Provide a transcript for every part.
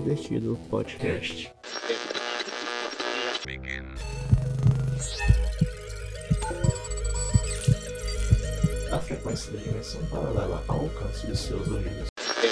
Invertido Podcast. A frequência da dimensão paralela ao alcance de seus ouvidos.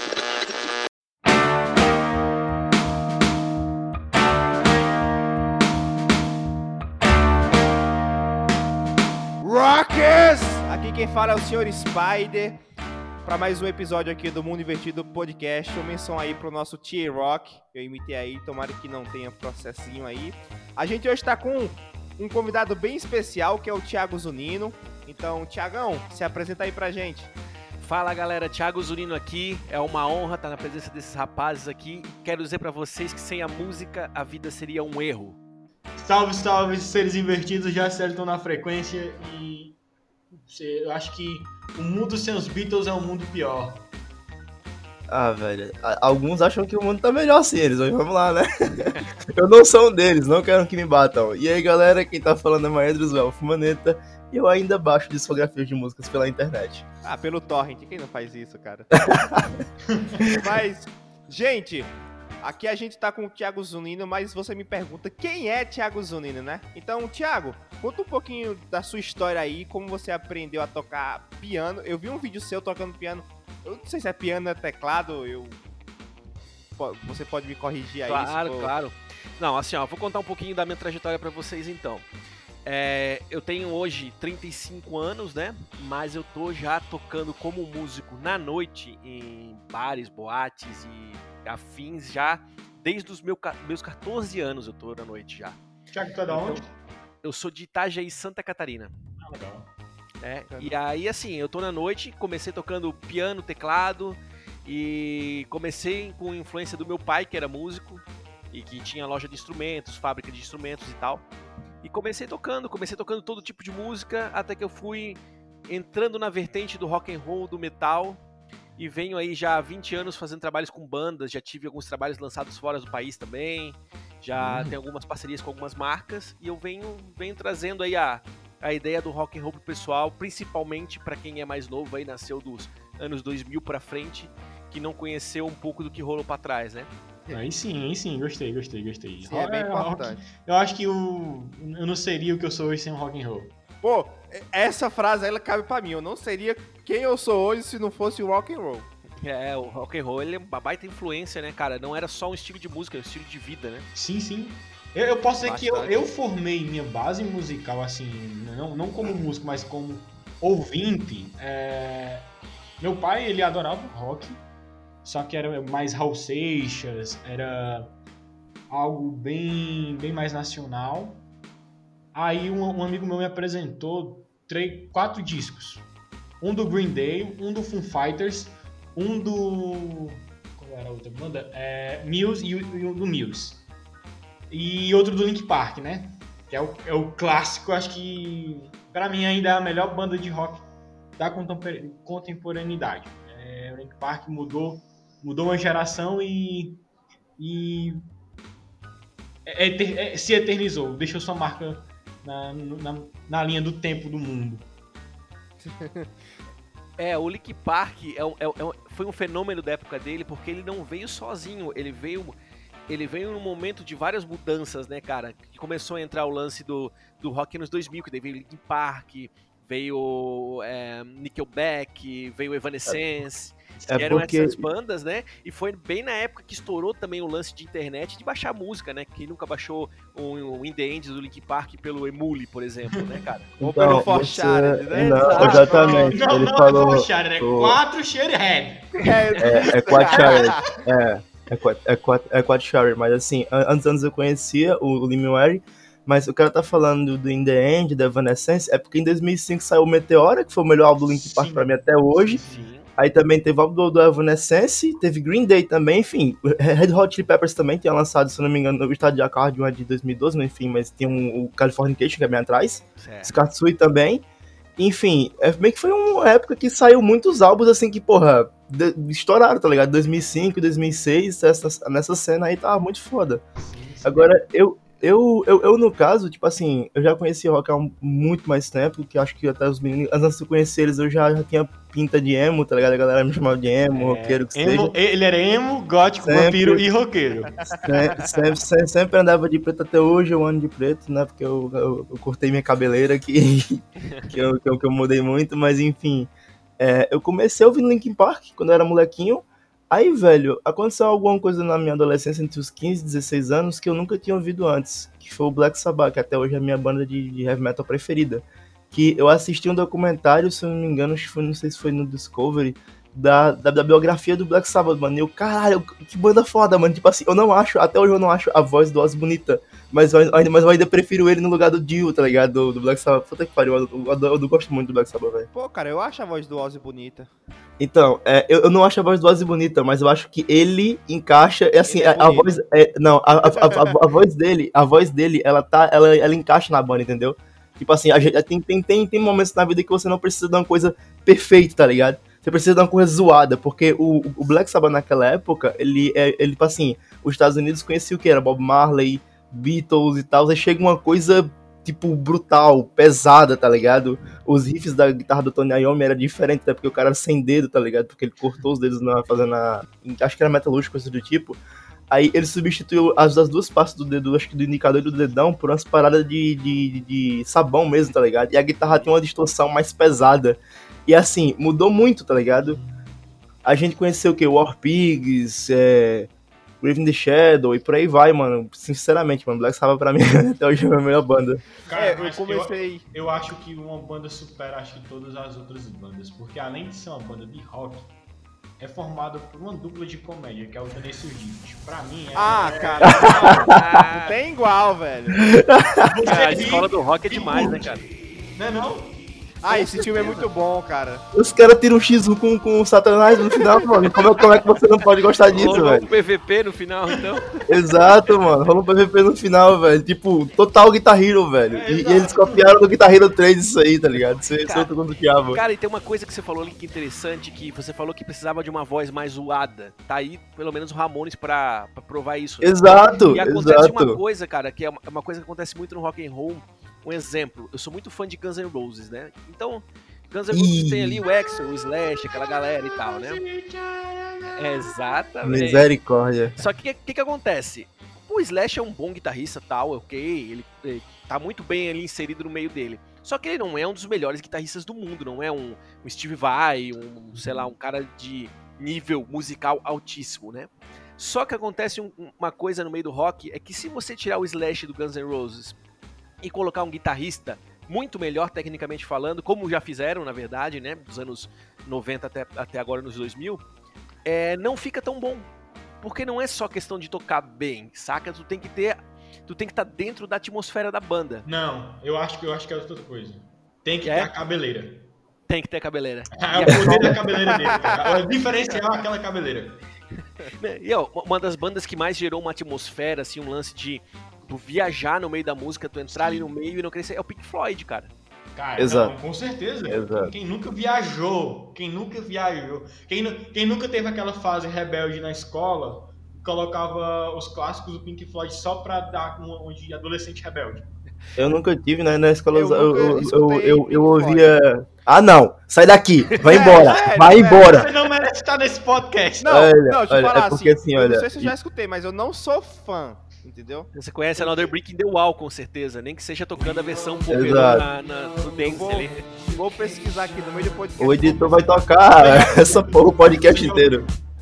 Rockers! Aqui quem fala é o Sr. Spider. Para mais um episódio aqui do Mundo Invertido Podcast. Uma menção aí pro nosso T-Rock. Eu imitei aí, tomara que não tenha processinho aí. A gente hoje tá com um convidado bem especial, que é o Thiago Zunino. Então, Thiagão, se apresenta aí pra gente. Fala galera, Thiago Zunino aqui. É uma honra estar na presença desses rapazes aqui. Quero dizer pra vocês que sem a música a vida seria um erro. Salve, salve, seres invertidos, já acertam na frequência e eu acho que o mundo sem os Beatles é um mundo pior. Ah, velho, alguns acham que o mundo tá melhor assim, eles vamos lá, né? Eu não sou um deles, não quero que me batam. E aí, galera, quem tá falando é Maedros Welf Maneta, e eu ainda baixo discografias de músicas pela internet. Ah, pelo torrent, quem não faz isso, cara? Mas, gente, aqui a gente tá com o Thiago Zunino, mas você me pergunta quem é Thiago Zunino, né? Então, Thiago, conta um pouquinho da sua história aí, como você aprendeu a tocar piano. Eu vi um vídeo seu tocando piano. Eu não sei se é piano ou teclado, você pode me corrigir aí. Claro. Não, assim, ó, vou contar um pouquinho da minha trajetória pra vocês então. Eu tenho hoje 35 anos, né? Mas eu tô já tocando como músico na noite em bares, boates e afins já desde os meus 14 anos eu tô na noite já. Thiago, tá da onde? Eu sou de Itajaí, Santa Catarina. Ah, legal. E aí, assim, eu tô na noite, comecei tocando piano, teclado e comecei com influência do meu pai, que era músico e que tinha loja de instrumentos, fábrica de instrumentos e tal. E comecei tocando todo tipo de música, até que eu fui entrando na vertente do rock and roll, do metal, e venho aí já há 20 anos fazendo trabalhos com bandas, já tive alguns trabalhos lançados fora do país também, já tenho algumas parcerias com algumas marcas, e eu venho trazendo aí a ideia do rock and roll pro pessoal, principalmente para quem é mais novo, aí nasceu dos anos 2000 pra frente, que não conheceu um pouco do que rolou pra trás, né? Aí sim, gostei. Sim, é bem importante. Eu acho que eu não seria o que eu sou hoje sem o rock and roll. Pô, essa frase ela cabe pra mim. Eu não seria quem eu sou hoje se não fosse o rock and roll. O rock and roll ele é uma baita influência, né, cara? Não era só um estilo de música, era um estilo de vida, né? Sim. Eu posso dizer que eu formei minha base musical, assim, não como músico, mas como ouvinte. Meu pai, ele adorava rock, só que era mais Raul Seixas, era algo bem mais nacional. Aí um amigo meu me apresentou 4 discos. Um do Green Day, um do Foo Fighters, um do... Qual era a outra banda? Muse e um do Muse. E outro do Linkin Park, né? Que é o clássico, acho que pra mim ainda é a melhor banda de rock da contemporaneidade. O Linkin Park mudou uma geração e se eternizou, deixou sua marca na linha do tempo do mundo. O Linkin Park foi um fenômeno da época dele, porque ele não veio sozinho, ele veio num momento de várias mudanças, né, cara? Que começou a entrar o lance do rock nos 2000, que daí veio Linkin Park, veio Nickelback, veio Evanescence, que eram essas bandas, né? E foi bem na época que estourou também o lance de internet de baixar música, né? Quem nunca baixou um In The End do Linkin Park pelo Emule, por exemplo, né, cara? Ou pelo Forshared, né? Não, exatamente. Ele falou... é Forshared, é 4 Sharehead. É 4 Sharehead, é 4 Sharehead, mas assim, antes eu conhecia o Limeware, mas o cara tá falando do In The End, da Evanescence, é porque em 2005 saiu o Meteora, que foi o melhor álbum do Linkin Park pra mim até hoje. Sim. Aí também teve o álbum do Evanescence, teve Green Day também, enfim. Red Hot Chili Peppers também tinha lançado, se não me engano, o Estado de Accordion de 2012, enfim, mas tem o Californication, que é bem atrás. Skatsui também. Enfim, meio que foi uma época que saiu muitos álbuns, assim, que, porra, estouraram, tá ligado? 2005, 2006, nessa cena aí tava muito foda. Agora, Eu, no caso, tipo assim, eu já conheci rock há muito mais tempo, que acho que até os meninos, antes de eu conhecer eles, eu já tinha pinta de emo, tá ligado? A galera me chamava de emo, roqueiro, que emo, seja. ele era emo, gótico, vampiro e roqueiro. Sempre andava de preto até hoje, eu ando de preto, né? Porque eu cortei minha cabeleira que eu mudei muito, mas enfim. Eu comecei ouvindo Linkin Park quando eu era molequinho. Aí, velho, aconteceu alguma coisa na minha adolescência entre os 15 e 16 anos que eu nunca tinha ouvido antes, que foi o Black Sabbath, que até hoje é a minha banda de heavy metal preferida. Que eu assisti um documentário, se eu não me engano, não sei se foi no Discovery, da biografia do Black Sabbath, mano. E eu, caralho, que banda foda, mano. Tipo assim, até hoje eu não acho a voz do Ozzy bonita, mas eu ainda prefiro ele no lugar do Dio, tá ligado? Do Black Sabbath. Puta que pariu, eu gosto muito do Black Sabbath, velho. Pô, cara, eu acho a voz do Ozzy bonita. Então, eu não acho a voz do Ozzy bonita, mas eu acho que ele encaixa, assim, a voz, a voz dele, ela encaixa na banda, entendeu? Tipo assim, tem momentos na vida que você não precisa de uma coisa perfeita, tá ligado? Você precisa de uma coisa zoada, porque o Black Sabbath naquela época, ele tipo assim, os Estados Unidos conheciam o que era Bob Marley, Beatles e tal, aí chega uma coisa tipo, brutal, pesada, tá ligado? Os riffs da guitarra do Tony Iommi era diferente, até porque o cara era sem dedo, tá ligado? Porque ele cortou os dedos fazendo acho que era metalúrgico, coisa do tipo. Aí ele substituiu as duas partes do dedo, acho que do indicador e do dedão, por umas paradas de sabão mesmo, tá ligado? E a guitarra tem uma distorção mais pesada. E assim, mudou muito, tá ligado? A gente conheceu o que? War Pigs, Grave in the Shadow e por aí vai, mano. Sinceramente, mano, Black Sabbath pra mim até hoje é a melhor banda. Cara, eu acho que uma banda supera, acho que todas as outras bandas, porque além de ser uma banda de rock, é formada por uma dupla de comédia, que é o Tennessee Williams. Pra mim cara, não tem igual, velho. A escola do rock é demais, né, cara? Não é não? Esse filme é muito bom, cara. Os caras tiram um X1 com o Satanás no final, mano. Como é que você não pode gostar disso, velho? Rolou um PVP no final, então. Exato, mano. Rolou um PVP no final, velho. Tipo, total Guitar Hero, velho. E eles copiaram do Guitar Hero 3 isso aí, tá ligado? Isso é todo mundo fiava. Cara, e tem uma coisa que você falou ali que é interessante, que você falou que precisava de uma voz mais zoada. Tá aí, pelo menos, o Ramones pra provar isso. Né? Exato, e acontece uma coisa, cara, que é uma coisa que acontece muito no rock and roll. Um exemplo, eu sou muito fã de Guns N' Roses, né? Então, Guns N' Roses tem ali o Axl, o Slash, aquela galera e tal, né? Exatamente. Misericórdia. Só que o que acontece? O Slash é um bom guitarrista, tal, ok, ele tá muito bem ali inserido no meio dele. Só que ele não é um dos melhores guitarristas do mundo, não é um Steve Vai, sei lá, um cara de nível musical altíssimo, né? Só que acontece uma coisa no meio do rock, é que se você tirar o Slash do Guns N' Roses e colocar um guitarrista muito melhor, tecnicamente falando, como já fizeram, na verdade, né, dos anos 90 até agora nos 2000, não fica tão bom. Porque não é só questão de tocar bem, saca? Tu tem que estar dentro da atmosfera da banda. Não, eu acho que é outra coisa. Tem que ter a cabeleira. Tem que ter a cabeleira. É o poder da cabeleira dele, cara. O diferencial é aquela cabeleira. E uma das bandas que mais gerou uma atmosfera, assim, um lance de tu viajar no meio da música, tu entrar ali no meio e não crescer, é o Pink Floyd, cara. Cara, exato. Não, com certeza. Exato. Quem nunca viajou, quem nunca teve aquela fase rebelde na escola, colocava os clássicos do Pink Floyd só pra dar um de adolescente rebelde. Eu nunca tive, né? Na escola eu ouvia. Ah, não! Sai daqui! Vai embora! Vai embora! Você não merece estar nesse podcast. Não, deixa eu falar porque, assim, eu não sei se eu já escutei, mas eu não sou fã. Entendeu? Você conhece Another Brick in the Wall, com certeza. Nem que seja tocando a versão popera no dance ali. Vou pesquisar aqui no meio do podcast. O editor vai tocar essa porra o podcast inteiro.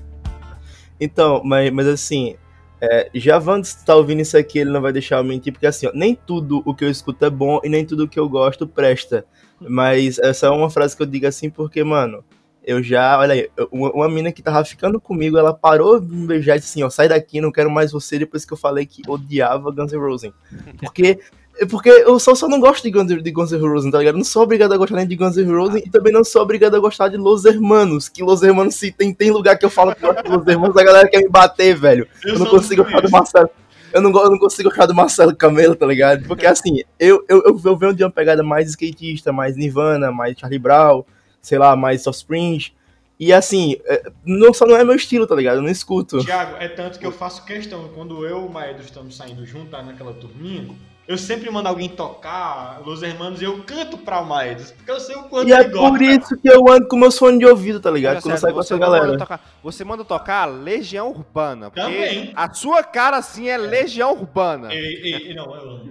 Então, mas assim, já Vans tá ouvindo isso aqui, ele não vai deixar eu mentir, porque assim, ó, nem tudo o que eu escuto é bom e nem tudo o que eu gosto presta. Mas essa é uma frase que eu digo assim porque, mano, olha aí, uma mina que tava ficando comigo, ela parou de me beijar e disse assim, ó, sai daqui, não quero mais você, depois que eu falei que odiava Guns N' Roses. Porque eu só não gosto de Guns N' Roses, tá ligado? Eu não sou obrigado a gostar nem de Guns N' Roses e também não sou obrigado a gostar de Los Hermanos, que Los Hermanos, se tem lugar que eu falo que gosto de Los Hermanos, a galera quer me bater, velho. Eu não consigo gostar do Marcelo. Eu não consigo gostar do Marcelo Camelo, tá ligado? Porque assim, eu venho de uma pegada mais skatista, mais Nirvana, mais Charlie Brown, sei lá, mais Offspring. E assim, só não é meu estilo, tá ligado? Eu não escuto. Thiago, é tanto que eu faço questão, quando eu e o Maedro estamos saindo juntos, tá naquela turminha, eu sempre mando alguém tocar Los Hermanos e eu canto pra o Maedro, porque eu sei o quanto ele gosta. E é por isso que eu ando com meus fones de ouvido, tá ligado? Quando eu saio com essa galera. Você manda tocar Legião Urbana. Também. A sua cara, assim, é Legião Urbana. Não, eu amo.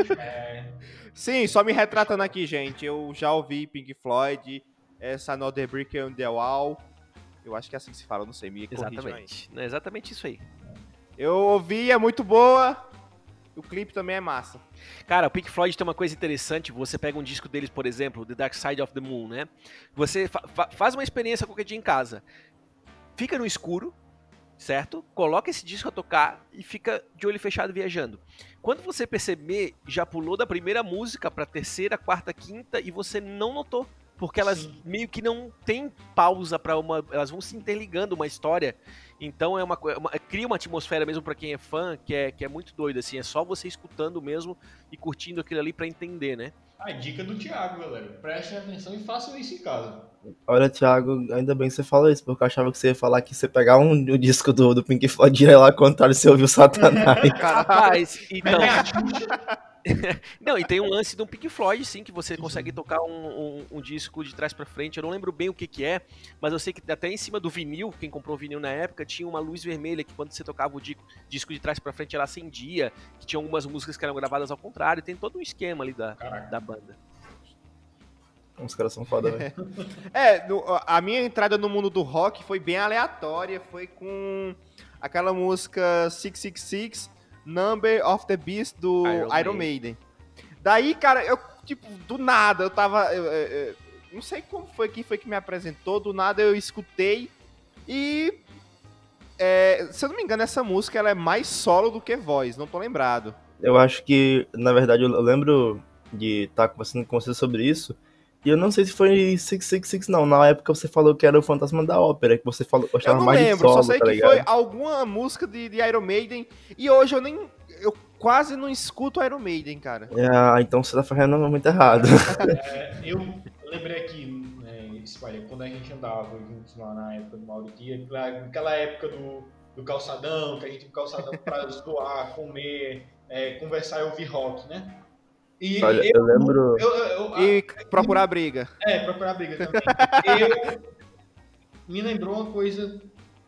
Sim, só me retratando aqui, gente. Eu já ouvi Pink Floyd, essa Another Brick on the Wall. Eu acho que é assim que se fala, não sei, me corrijam aí. Não é exatamente isso aí. Eu ouvi, é muito boa. O clipe também é massa. Cara, o Pink Floyd tem uma coisa interessante. Você pega um disco deles, por exemplo, The Dark Side of the Moon, né? Você faz uma experiência qualquer dia em casa. Fica no escuro, certo? Coloca esse disco a tocar e fica de olho fechado viajando. Quando você perceber, já pulou da primeira música pra terceira, quarta, quinta e você não notou. Porque elas meio que não tem pausa pra uma... Elas vão se interligando uma história. Então cria uma atmosfera mesmo pra quem é fã, que é muito doido, assim. É só você escutando mesmo e curtindo aquilo ali pra entender, né? A dica do Thiago, galera. Prestem atenção e façam isso em casa. Olha, Thiago, ainda bem que você falou isso, porque eu achava que você ia falar que você pegar o disco do Pink Floyd e ir lá contar e você ouviu Satanás. Rapaz, então... Não, e tem um lance de um Pink Floyd, sim, que você consegue tocar um disco de trás pra frente. Eu não lembro bem o que é, mas eu sei que até em cima do vinil, quem comprou o vinil na época, tinha uma luz vermelha que quando você tocava o disco de trás pra frente ela acendia, que tinha algumas músicas que eram gravadas ao contrário. Tem todo um esquema ali da banda. Os caras são foda, velho. A minha entrada no mundo do rock foi bem aleatória, foi com aquela música 666, Number of the Beast do Iron Maiden. Daí, cara, eu, tipo, do nada, eu tava... não sei como foi que me apresentou, do nada eu escutei e... se eu não me engano, essa música ela é mais solo do que voz, não tô lembrado. Eu acho que, na verdade, eu lembro de estar conversando com você sobre isso, e eu não sei se foi 666, não. Na época você falou que era o Fantasma da Ópera, que você falou, eu não mais lembro, de solo, só sei tá que ligado? foi alguma música de Iron Maiden, e hoje eu quase não escuto Iron Maiden, cara. Então você tá fazendo muito errado. Eu lembrei aqui, Spider, quando a gente andava juntos lá na época do Mauritia, naquela época do calçadão, que a gente ia pro calçadão pra zoar, comer, conversar e ouvir rock, né? E olha, eu lembro... E procurar briga. Procurar briga também. Me lembrou uma coisa,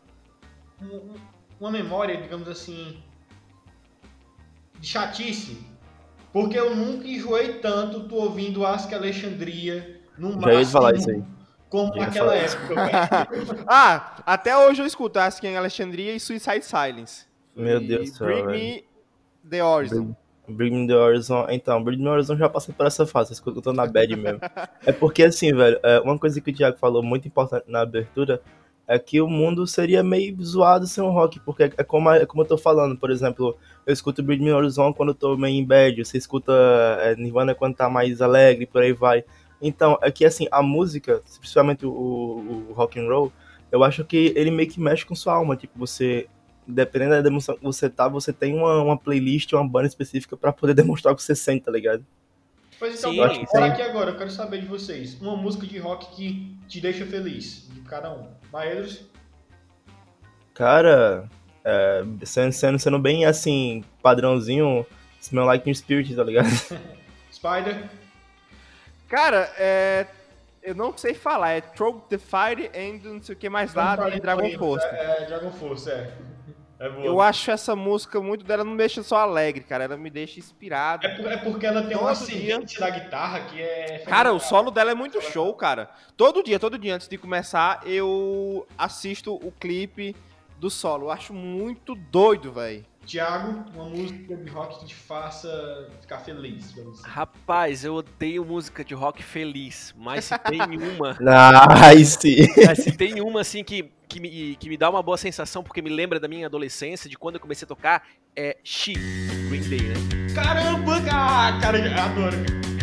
uma memória, digamos assim, de chatice, porque eu nunca enjoei tanto tô ouvindo Ask Alexandria no máximo. Já ia falar isso aí. Como naquela época. Até hoje eu escuto Ask Alexandria e Suicide Silence. Meu Deus do céu, Bring Me The Horizon. Bring Me The Horizon. Então, Bring Me The Horizon já passei por essa fase, eu tô na bad mesmo. É porque assim, velho, uma coisa que o Thiago falou muito importante na abertura é que o mundo seria meio zoado sem o rock, porque é como eu tô falando, por exemplo, eu escuto Bring Me The Horizon quando eu tô meio em bad, você escuta Nirvana quando tá mais alegre, por aí vai. Então, é que assim, a música, principalmente o rock and roll, eu acho que ele meio que mexe com sua alma, tipo, você... Dependendo da demonstração que você tá, você tem uma playlist, uma banda específica pra poder demonstrar o que você sente, tá ligado? Pois então, bora aqui agora, eu quero saber de vocês. Uma música de rock que te deixa feliz, de cada um. Maedros? Cara, sendo bem assim, padrãozinho, Smell Like Teen Spirit, tá ligado? Spider? Cara, eu não sei falar, é Throw the Fire and não sei o que mais lá, de Dragon Force. Dragon Force, Eu acho essa música muito dela, não me deixa só alegre, cara, ela me deixa inspirado. É porque ela tem uma ascendente da guitarra que é... Cara, o solo dela é muito show, cara. Todo dia, antes de começar, eu assisto o clipe do solo. Eu acho muito doido, velho. Thiago, uma música de rock que te faça ficar feliz. Rapaz, eu odeio música de rock feliz, mas se tem uma... Nice! Mas se tem uma, assim, que me dá uma boa sensação, porque me lembra da minha adolescência, de quando eu comecei a tocar, é She, do Green Day, né? Caramba, cara, eu adoro.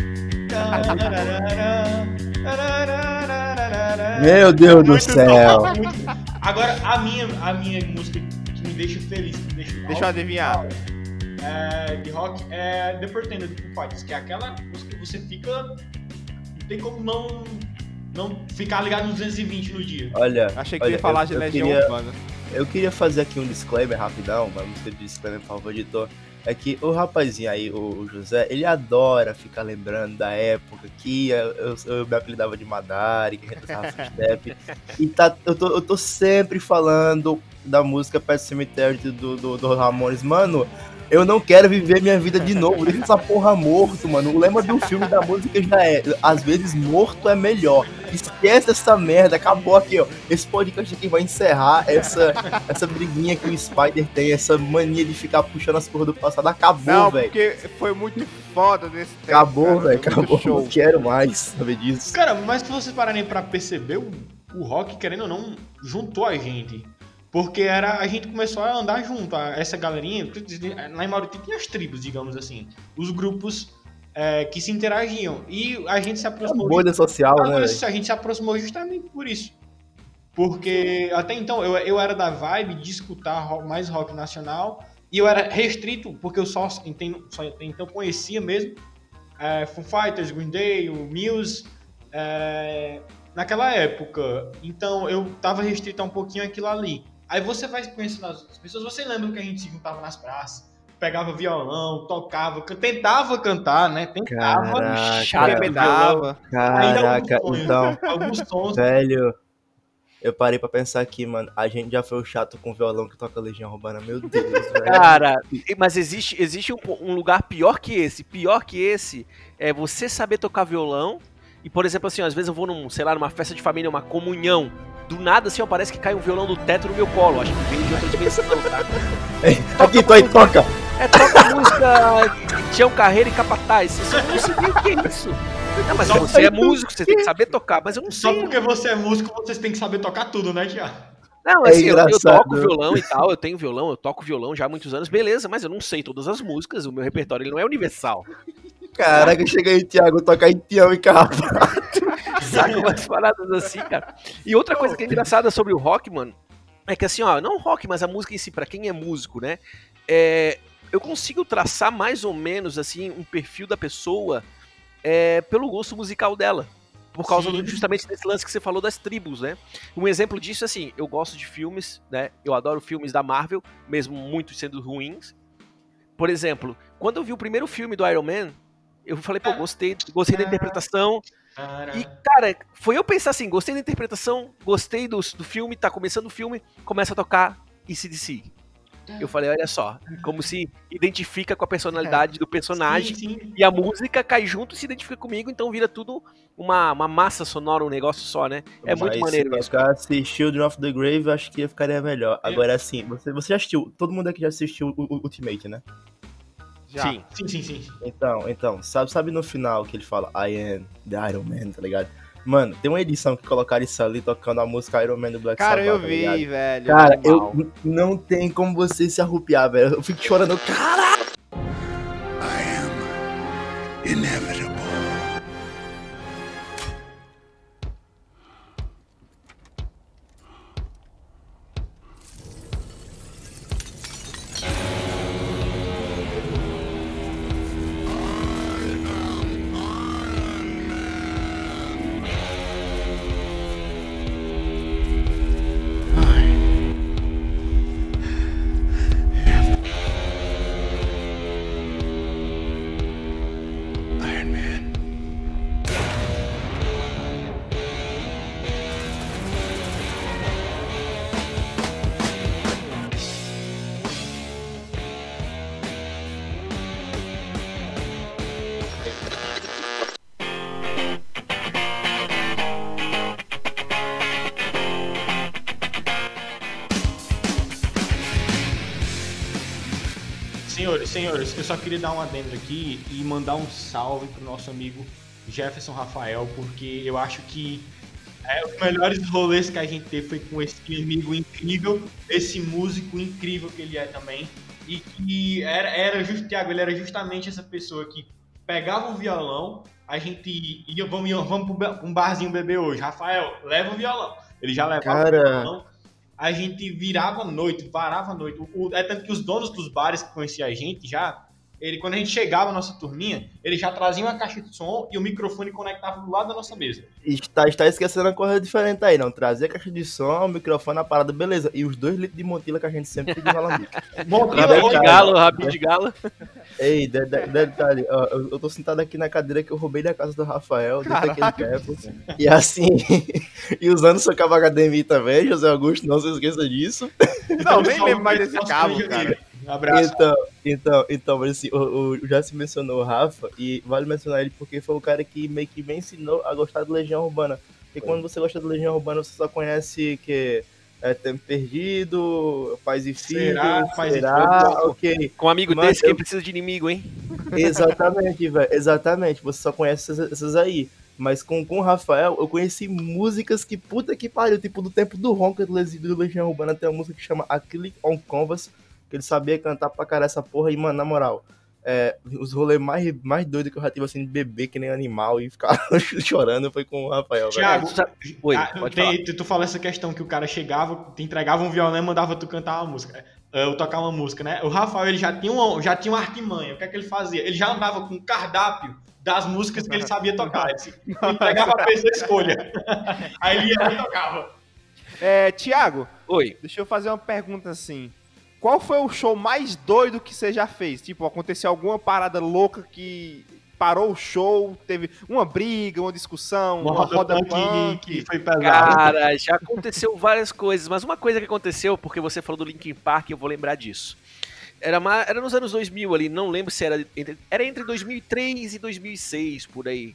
Meu Deus do céu! Agora, a minha música que me deixa feliz, que me deixa... Deixa eu adivinhar. De rock é The Pretender, do Foo Fighters, que é aquela música que você fica... Não tem como não ficar ligado nos 220 no dia. Olha, achei que ia falar de Legião Urbana. Eu queria fazer aqui um disclaimer rapidão, uma música de disclaimer, por favor, editor. É que o rapazinho aí, o José, ele adora ficar lembrando da época que eu me apelidava de Madari, que a gente tava freestep. E eu tô sempre falando da música Pet Cemetery do Ramones. Mano, eu não quero viver minha vida de novo. Deixa essa porra morto, mano. O lema do filme da música já é: às vezes morto é melhor. Esquece essa merda. Acabou aqui, ó. Esse podcast aqui vai encerrar essa briguinha que o Spider tem, essa mania de ficar puxando as porras do passado. Acabou, velho. Porque foi muito foda desse tempo. Acabou, velho. Acabou. Não quero mais saber disso. Cara, mas se vocês pararem pra perceber, o rock, querendo ou não, juntou a gente. Porque a gente começou a andar junto, essa galerinha, na Imaruti tinha as tribos, digamos assim, os grupos que se interagiam, e a gente se aproximou... A bolha social, né? A gente se aproximou justamente por isso, porque até então eu era da vibe de escutar mais rock nacional, e eu era restrito, porque eu só então conhecia mesmo Foo Fighters, Green Day, o Muse, naquela época, então eu tava restrito a um pouquinho aquilo ali. Aí você vai conhecendo as pessoas, você lembra que a gente se juntava nas praças, pegava violão, tocava, tentava cantar, né? Tentava, bebedava. Caraca, então, alguns sons. Velho, eu parei pra pensar aqui, mano, a gente já foi o chato com violão que toca Legião Urbana, meu Deus, velho. Cara, mas existe um lugar pior que esse é você saber tocar violão e, por exemplo, assim, às vezes eu vou numa festa de família, uma comunhão. Do nada, assim, ó, parece que cai um violão do teto no meu colo. Acho que veio de outra dimensão, tá? Aqui, toca! Toca música Tião Carreira e Capataz. Eu não sei o que é isso. Não, mas você é músico, você tem que saber tocar, mas eu não sei. Só porque você é músico, vocês têm que saber tocar tudo, né, Tiago? Não, assim, eu toco violão e tal, eu tenho violão, eu toco violão já há muitos anos, beleza, mas eu não sei todas as músicas, o meu repertório ele não é universal. Caraca, chega aí, Thiago, tocar em Tião e Carrapato. Saca umas paradas assim, cara. E outra coisa que é engraçada sobre o rock, mano, é que assim, ó, não o rock, mas a música em si, pra quem é músico, né, eu consigo traçar mais ou menos, assim, um perfil da pessoa pelo gosto musical dela. Por causa justamente desse lance que você falou das tribos, né? Um exemplo disso, assim, eu gosto de filmes, né? Eu adoro filmes da Marvel, mesmo muitos sendo ruins. Por exemplo, quando eu vi o primeiro filme do Iron Man, eu falei, pô, gostei da interpretação. E, cara, foi eu pensar assim, gostei da interpretação, gostei do filme, tá começando o filme, começa a tocar AC/DC. Eu falei, olha só, como se identifica com a personalidade do personagem, sim. E a música cai junto e se identifica comigo, então vira tudo uma massa sonora, um negócio só, né? É muito maneiro isso. Se tocasse Children of the Grave, acho que ficaria melhor. Agora, assim, você já assistiu, todo mundo aqui já assistiu o Ultimate, né? Já. Sim. Então, sabe no final que ele fala I am the Iron Man, tá ligado? Mano, tem uma edição que colocaram isso ali tocando a música Iron Man do Black Sabbath. Cara, eu vi, tá, velho. Cara, não tem como você se arrupiar, velho. Eu fico chorando, caralho! I am inevitable. Senhores, eu só queria dar um adendo aqui e mandar um salve pro nosso amigo Jefferson Rafael, porque eu acho que os melhores rolês que a gente teve foi com esse amigo incrível, esse músico incrível que ele é também, e que Thiago, ele era justamente essa pessoa que pegava o violão, a gente ia, vamos pra um barzinho beber hoje, Rafael, leva o violão, ele já levava o violão. A gente virava a noite, varava a noite. É tanto que os donos dos bares que conheciam a gente já quando a gente chegava na nossa turminha, ele já trazia uma caixa de som e o microfone conectava do lado da nossa mesa. Está esquecendo uma coisa diferente aí, não. Trazer a caixa de som, o microfone, a parada, beleza. E os 2 litros de Montila que a gente sempre pediu no Alambique. Rabinho de galo. Ei, detalhe, ó, eu tô sentado aqui na cadeira que eu roubei da casa do Rafael, dentro daquele campus. E assim, e usando seu cabo HDMI também, José Augusto, não se esqueça disso. Não, nem lembro mais desse cabo, cara. Um abraço. Então, mas assim, o já se mencionou o Rafa, e vale mencionar ele porque foi o cara que meio que me ensinou a gostar de Legião Urbana. Porque quando você gosta de Legião Urbana, você só conhece que é Tempo Perdido, Pais e Filhos, será, ok. Com um amigo desse, quem precisa de inimigo, hein? Exatamente, velho, exatamente. Você só conhece essas aí. Mas com o Rafael, eu conheci músicas que puta que pariu, tipo do tempo do Ronca do Legião Urbana, tem uma música que chama Acrylic on Canvas, que ele sabia cantar pra caralho essa porra, e, mano, na moral, os rolês mais doidos que eu já tive, assim, de beber que nem animal e ficar chorando foi com o Rafael, Thiago, oi, pode falar. Tu falou essa questão que o cara chegava, te entregava um violão e mandava tu cantar uma música. Eu tocar uma música, né? O Rafael, ele já tinha uma artimanha. O que é que ele fazia? Ele já andava com um cardápio das músicas que ele sabia tocar. Ele entregava a pessoa escolha. Aí ele ia e tocava. Thiago, oi. Deixa eu fazer uma pergunta assim. Qual foi o show mais doido que você já fez? Tipo, aconteceu alguma parada louca que parou o show, teve uma briga, uma discussão, uma roda punk que foi pesado. Cara, já aconteceu várias coisas, mas uma coisa que aconteceu, porque você falou do Linkin Park, eu vou lembrar disso. Era nos anos 2000 ali, não lembro se era entre 2003 e 2006, por aí.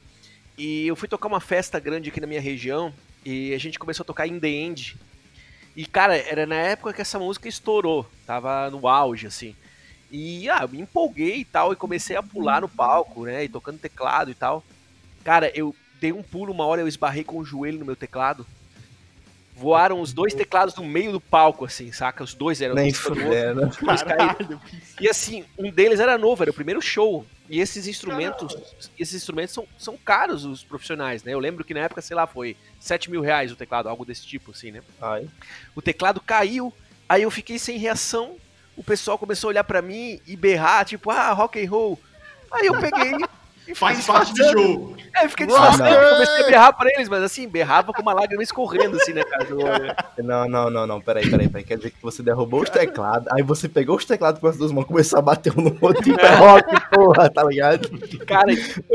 E eu fui tocar uma festa grande aqui na minha região, e a gente começou a tocar In The End. E, cara, era na época que essa música estourou, tava no auge, assim. E, eu me empolguei e tal, e comecei a pular no palco, né, e tocando teclado e tal. Cara, eu dei um pulo, uma hora eu esbarrei com o joelho no meu teclado. Voaram os 2 teclados no meio do palco, assim, saca? Os 2 eram... Nem fudendo. E assim, um deles era novo, era o primeiro show. E esses instrumentos são caros, os profissionais, né? Eu lembro que na época, sei lá, foi 7 mil reais o teclado, algo desse tipo, assim, né? Ai. O teclado caiu, aí eu fiquei sem reação, o pessoal começou a olhar pra mim e berrar, tipo, rock and roll. Aí eu peguei... Faz parte do show. Eu fiquei disfarçando, comecei a berrar pra eles, mas assim, berrava com uma lágrima escorrendo, assim, né, cara? Não, peraí. Quer dizer que você derrubou os teclados, aí você pegou os teclados com as 2 mãos, começou a bater um no outro, tipo, rock, porra, tá ligado? Cara,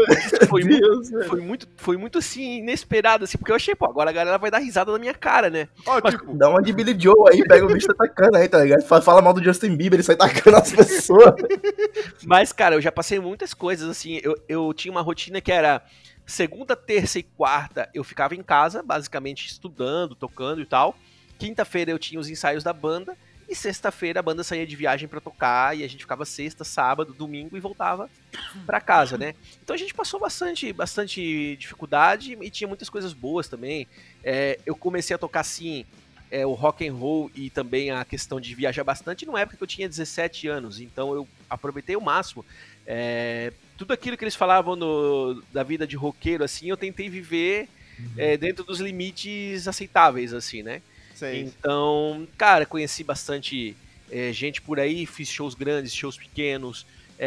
foi muito, assim, inesperado, assim, porque eu achei, agora a galera vai dar risada na minha cara, né? Tipo, dá uma de Billy Joe aí, pega o bicho atacando aí, tá ligado? Fala mal do Justin Bieber, ele sai atacando as pessoas. Mas, cara, eu já passei muitas coisas, assim, eu tinha uma rotina que era segunda, terça e quarta eu ficava em casa, basicamente estudando, tocando e tal. Quinta-feira eu tinha os ensaios da banda e sexta-feira a banda saía de viagem pra tocar e a gente ficava sexta, sábado, domingo e voltava pra casa, né? Então a gente passou bastante dificuldade e tinha muitas coisas boas também. Eu comecei a tocar assim o rock and roll e também a questão de viajar bastante numa época que eu tinha 17 anos, então eu aproveitei o máximo. Tudo aquilo que eles falavam da vida de roqueiro, assim, eu tentei viver dentro dos limites aceitáveis, assim, né? Sei. Então, cara, conheci bastante gente por aí, fiz shows grandes, shows pequenos,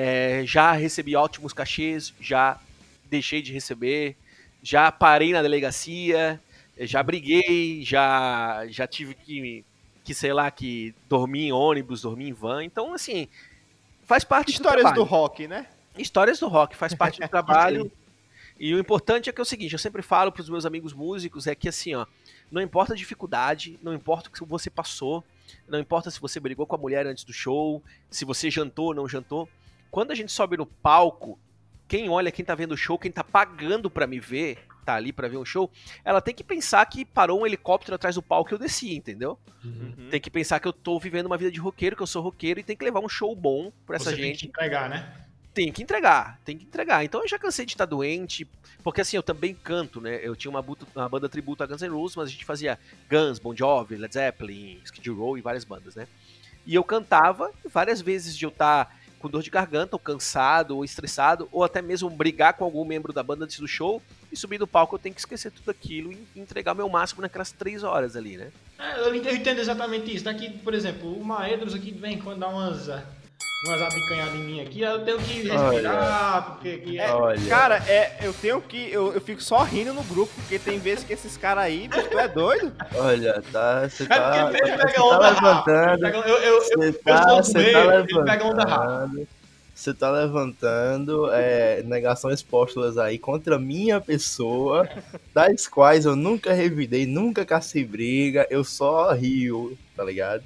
já recebi ótimos cachês, já deixei de receber, já parei na delegacia, já briguei, já tive que, sei lá, que dormir em ônibus, dormir em van, então, assim, faz parte Histórias do trabalho. do rock, né? Histórias do rock, faz parte do trabalho. E o importante é que é o seguinte, eu sempre falo pros meus amigos músicos, é que assim, ó, não importa a dificuldade, não importa o que você passou, não importa se você brigou com a mulher antes do show, se você jantou ou não jantou, quando a gente sobe no palco, quem olha, quem tá vendo o show, quem tá pagando pra me ver, tá ali pra ver um show, ela tem que pensar que parou um helicóptero atrás do palco e eu desci, entendeu? Uhum. Tem que pensar que eu tô vivendo uma vida de roqueiro, que eu sou roqueiro e tem que levar um show bom pra essa gente. Tem que entregar, né? Tem que entregar. Então eu já cansei de estar doente, porque assim, eu também canto, né? Eu tinha uma banda tributo a Guns N' Roses, mas a gente fazia Guns, Bon Jovi, Led Zeppelin, Skid Row e várias bandas, né? E eu cantava, várias vezes de eu estar com dor de garganta, ou cansado, ou estressado, ou até mesmo brigar com algum membro da banda antes do show, e subir do palco eu tenho que esquecer tudo aquilo e entregar o meu máximo naquelas 3 horas ali, né? Eu entendo exatamente isso. Daqui, por exemplo, o Maedros aqui vem quando dá umas abicanhadas em mim aqui, eu tenho que respirar, porque aqui Olha. Cara, eu tenho que. Eu fico só rindo no grupo, porque tem vezes que esses caras aí, bicho, tu é doido? Olha, você É tá, porque ele pega você onda tá rápido. levantando. Eu sou do meio, ele pega onda rápido. Você tá levantando negações póstulas aí contra minha pessoa, das quais eu nunca revidei, nunca cacei briga, eu só rio, tá ligado?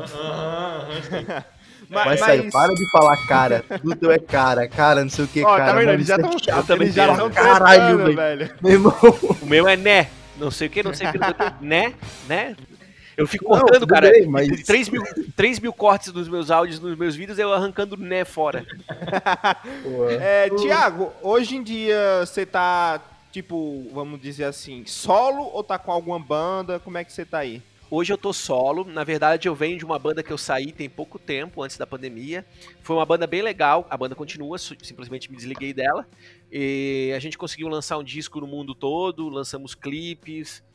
Mas sério, para de falar cara, tudo teu é cara, não sei o que, Ó, cara. tá vendo? Mano, Eles já isso é estão chato, eles já velho. estão Caralho, tretando, velho. Meu irmão. O meu é né, não sei o que, não sei o que, né. Eu fico Não, cortando, tudo cara, bem, mas- 3 mil cortes nos meus áudios, nos meus vídeos, eu arrancando né fora. Thiago, hoje em dia você tá, tipo, vamos dizer assim, solo ou tá com alguma banda? Como é que você tá aí? Hoje eu tô solo, na verdade eu venho de uma banda que eu saí tem pouco tempo, antes da pandemia. Foi uma banda bem legal, a banda continua, simplesmente me desliguei dela. E a gente conseguiu lançar um disco no mundo todo, lançamos clipes.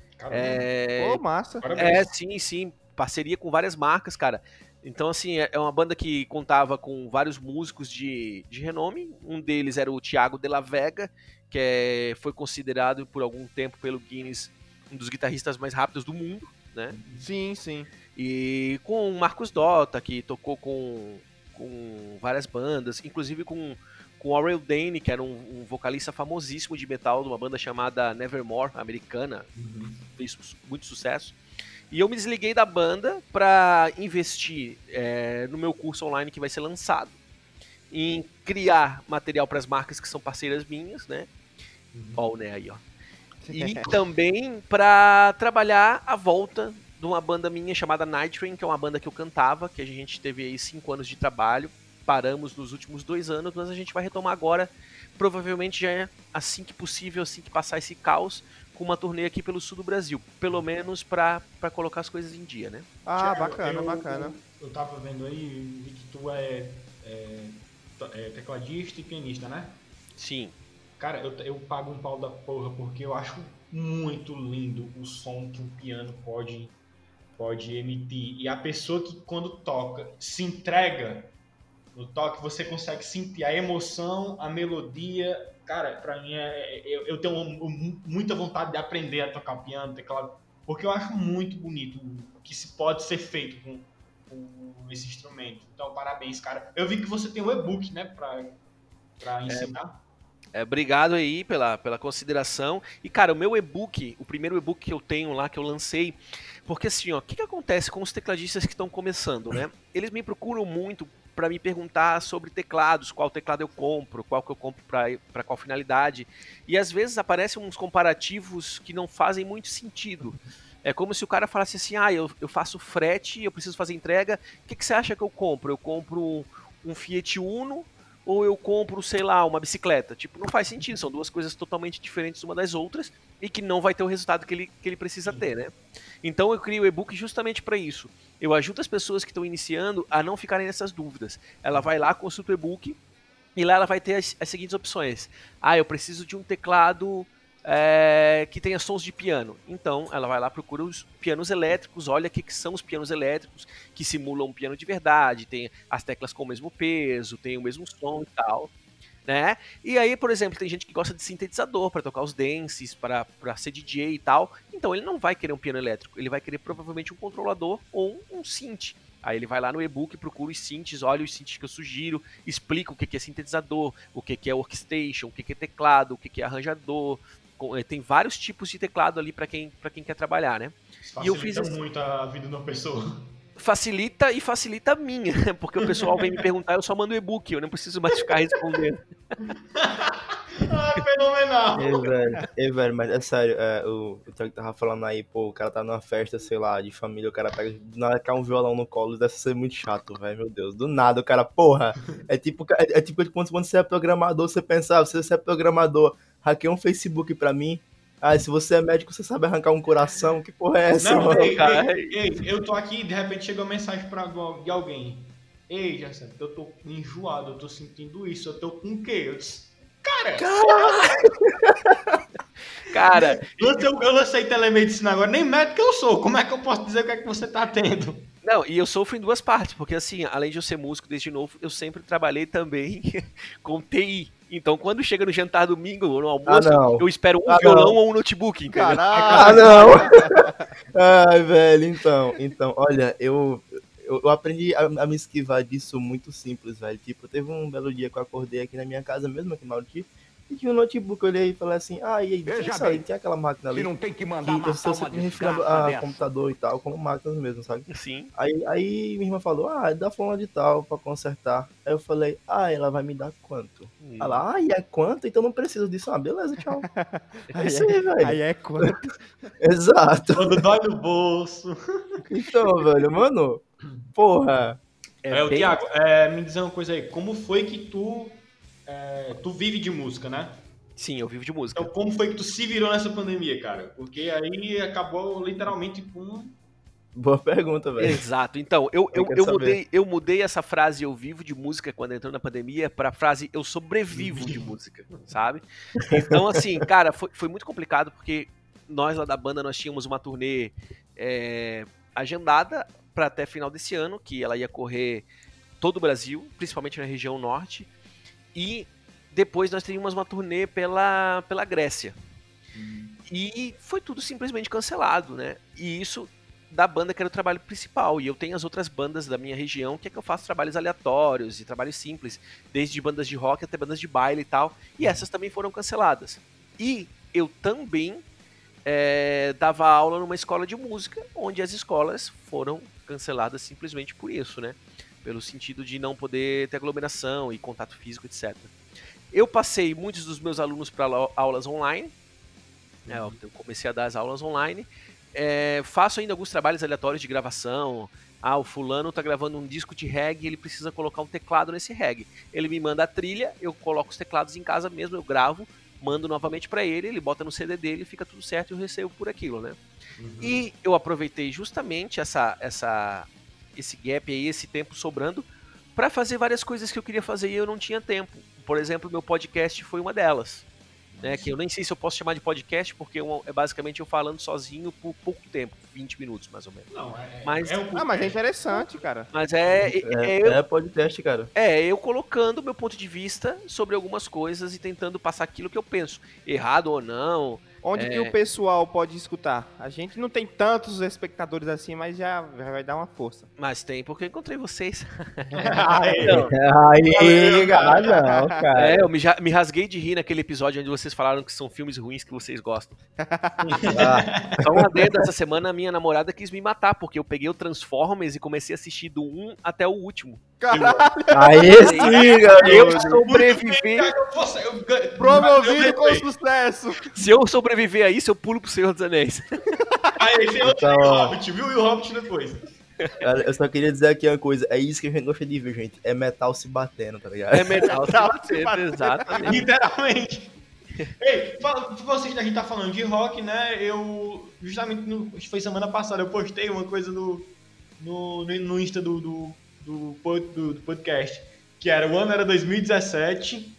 Pô, massa. Parabéns. Sim, parceria com várias marcas, cara. Então, assim, é uma banda que contava com vários músicos de renome. Um deles era o Thiago de la Vega, que foi considerado por algum tempo pelo Guinness um dos guitarristas mais rápidos do mundo, né? Sim, sim. E com o Marcos Dota, que tocou com várias bandas, inclusive com o Aurel Dane, que era um vocalista famosíssimo de metal de uma banda chamada Nevermore, americana, fez muito sucesso. E eu me desliguei da banda para investir no meu curso online que vai ser lançado, em criar material para as marcas que são parceiras minhas, né? Ó, o né aí, ó. E também para trabalhar a volta de uma banda minha chamada Night Train, que é uma banda que eu cantava, que a gente teve aí 5 anos de trabalho, paramos nos últimos 2 anos, mas a gente vai retomar agora, provavelmente já é assim que possível, assim que passar esse caos, com uma turnê aqui pelo sul do Brasil, pelo menos para colocar as coisas em dia, né? Ah, Thiago, bacana. Eu tava vendo aí, vi que tu é tecladista e pianista, né? Sim. Cara, eu pago um pau da porra porque eu acho muito lindo o som que um piano pode emitir. E a pessoa que quando toca se entrega no toque, você consegue sentir a emoção, a melodia. Cara, pra mim eu tenho muita vontade de aprender a tocar piano, teclado, porque eu acho muito bonito o que se pode ser feito com esse instrumento. Então, parabéns, cara. Eu vi que você tem um e-book, né, pra ensinar. Obrigado aí pela consideração. E, cara, o meu e-book, o primeiro e-book que eu tenho lá, que eu lancei, porque assim, ó, o que acontece com os tecladistas que estão começando, né? Eles me procuram muito para me perguntar sobre teclados, qual teclado eu compro, qual que eu compro para qual finalidade. E às vezes aparecem uns comparativos que não fazem muito sentido. É como se o cara falasse assim, eu faço frete, eu preciso fazer entrega, o que você acha que eu compro? Eu compro um Fiat Uno ou eu compro, sei lá, uma bicicleta? Tipo, não faz sentido, são duas coisas totalmente diferentes uma das outras e que não vai ter o resultado que ele precisa ter, né? Então eu crio o e-book justamente para isso. Eu ajudo as pessoas que estão iniciando a não ficarem nessas dúvidas. Ela vai lá, consulta o e-book e lá ela vai ter as seguintes opções. Eu preciso de um teclado que tenha sons de piano. Então ela vai lá, procura os pianos elétricos, olha o que são os pianos elétricos que simulam um piano de verdade, tem as teclas com o mesmo peso, tem o mesmo som e tal, né? E aí, por exemplo, tem gente que gosta de sintetizador para tocar os dances, para ser DJ e tal. Então ele não vai querer um piano elétrico, ele vai querer provavelmente um controlador ou um synth. Aí ele vai lá no e-book, procura os synths, olha os synths que eu sugiro, explica o que é sintetizador, o que é workstation, o que é teclado, o que é arranjador. Tem vários tipos de teclado ali para quem quer trabalhar, né? Facilita e eu fiz muito a vida de uma pessoa. Facilita e facilita a minha, porque o pessoal vem me perguntar, eu só mando o e-book, eu não preciso mais ficar respondendo. Fenomenal! Velho, mas é sério, o Thiago tava falando aí, pô, o cara tá numa festa, sei lá, de família, o cara pega, do nada cai um violão no colo, deve ser muito chato, velho, meu Deus, do nada, o cara, porra, é tipo quando você é programador, você pensa, você é programador, hackeia um Facebook pra mim, se você é médico, você sabe arrancar um coração, que porra é essa, Não, mano? ei, eu tô aqui e de repente chega uma mensagem de alguém. Ei, Jacek, eu tô enjoado, eu tô sentindo isso, eu tô com o quê? Eu disse, Cara, eu lancei telemedicina agora, nem médico eu sou, como é que eu posso dizer o que é que você tá tendo? Não, e eu sofro em duas partes, porque assim, além de eu ser músico desde novo, eu sempre trabalhei também com TI. Então, quando chega no jantar domingo ou no almoço, eu espero um violão ou um notebook, entendeu? Não! Ai, velho, então, olha, eu aprendi a me esquivar disso muito simples, velho. Tipo, teve um belo dia que eu acordei aqui na minha casa, mesmo aqui em Mauriti, e tinha um notebook, eu olhei e falei assim, e aí, tem aquela máquina ali, não tem que mandar que eu sempre refiro a computador e tal, como máquinas mesmo, sabe? Sim. Aí minha irmã falou, dá fulano de tal pra consertar. Aí eu falei, ela vai me dar quanto? Ela, é quanto? Então não preciso disso. Beleza, tchau. É isso aí, velho. Aí é quanto? Exato. Quando dói no bolso. Então, velho, mano, porra. Thiago, me diz uma coisa aí, como foi que tu vive de música, né? Sim, eu vivo de música. Então, como foi que tu se virou nessa pandemia, cara? Porque aí acabou literalmente com... Boa pergunta, velho. Exato. Então, eu mudei essa frase "eu vivo de música" quando entrou na pandemia pra frase "eu sobrevivo de música", sabe? Então, assim, cara, foi muito complicado porque nós lá da banda, nós tínhamos uma turnê agendada pra até final desse ano, que ela ia correr todo o Brasil, principalmente na região norte, e depois nós teríamos uma turnê pela Grécia. E foi tudo simplesmente cancelado, né? E isso da banda que era o trabalho principal. E eu tenho as outras bandas da minha região que eu faço trabalhos aleatórios e trabalhos simples, desde bandas de rock até bandas de baile e tal. E essas também foram canceladas. E eu também dava aula numa escola de música, onde as escolas foram canceladas simplesmente por isso, né? Pelo sentido de não poder ter aglomeração e contato físico, etc. Eu passei muitos dos meus alunos para aulas online. Eu comecei a dar as aulas online. Faço ainda alguns trabalhos aleatórios de gravação. O fulano tá gravando um disco de reggae, ele precisa colocar um teclado nesse reggae. Ele me manda a trilha, eu coloco os teclados em casa mesmo, eu gravo, mando novamente para ele bota no CD dele, fica tudo certo e eu recebo por aquilo, né? E eu aproveitei justamente esse gap aí, esse tempo sobrando, para fazer várias coisas que eu queria fazer e eu não tinha tempo. Por exemplo, meu podcast foi uma delas. Né, que eu nem sei se eu posso chamar de podcast, porque é basicamente eu falando sozinho por pouco tempo, 20 minutos mais ou menos. Não, mas é interessante, cara. Mas é podcast, cara. Eu colocando meu ponto de vista sobre algumas coisas e tentando passar aquilo que eu penso, errado ou não. Onde que o pessoal pode escutar? A gente não tem tantos espectadores assim, mas já vai dar uma força. Mas tem, porque eu encontrei vocês. Cara. Eu me rasguei de rir naquele episódio onde vocês falaram que são filmes ruins que vocês gostam. Só um adendo, essa semana a minha namorada quis me matar, porque eu peguei o Transformers e comecei a assistir do 1 até o último. Caralho! Aí sim, garoto! Eu sobrevivi. Promovido com sucesso! Se eu sobreviver a isso, eu pulo pro Senhor dos Anéis. Aí, Senhor dos Anéis, Hobbit, viu? E o Hobbit depois. Cara, eu só queria dizer aqui uma coisa, é isso que a gente gosta de ver, gente. É metal se batendo, tá ligado? É metal se batendo, exatamente. Literalmente. Ei, a gente tá falando de rock, né? Eu, justamente, acho que foi semana passada, eu postei uma coisa no Insta do podcast, que era, o ano era 2007,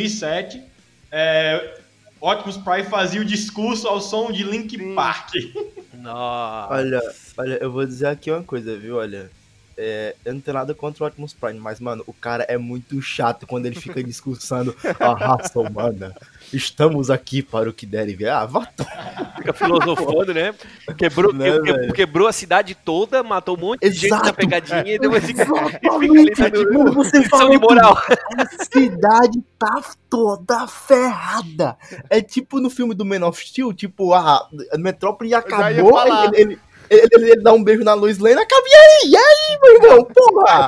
Optimus Prime fazia o discurso ao som de Linkin Park. Nossa. Olha, eu vou dizer aqui uma coisa, viu? Olha, eu não tenho nada contra o Optimus Prime, mas, mano, o cara é muito chato quando ele fica discursando a raça humana. Estamos aqui para o que der e ver. Fica filosofando, né? Quebrou a cidade toda, matou um monte de gente na pegadinha e depois fica ali mano, você fala de moral. A cidade tá toda ferrada. É tipo no filme do Man of Steel, tipo, a metrópole acabou, ele dá um beijo na Lois Lane, acaba, e aí, meu irmão, porra!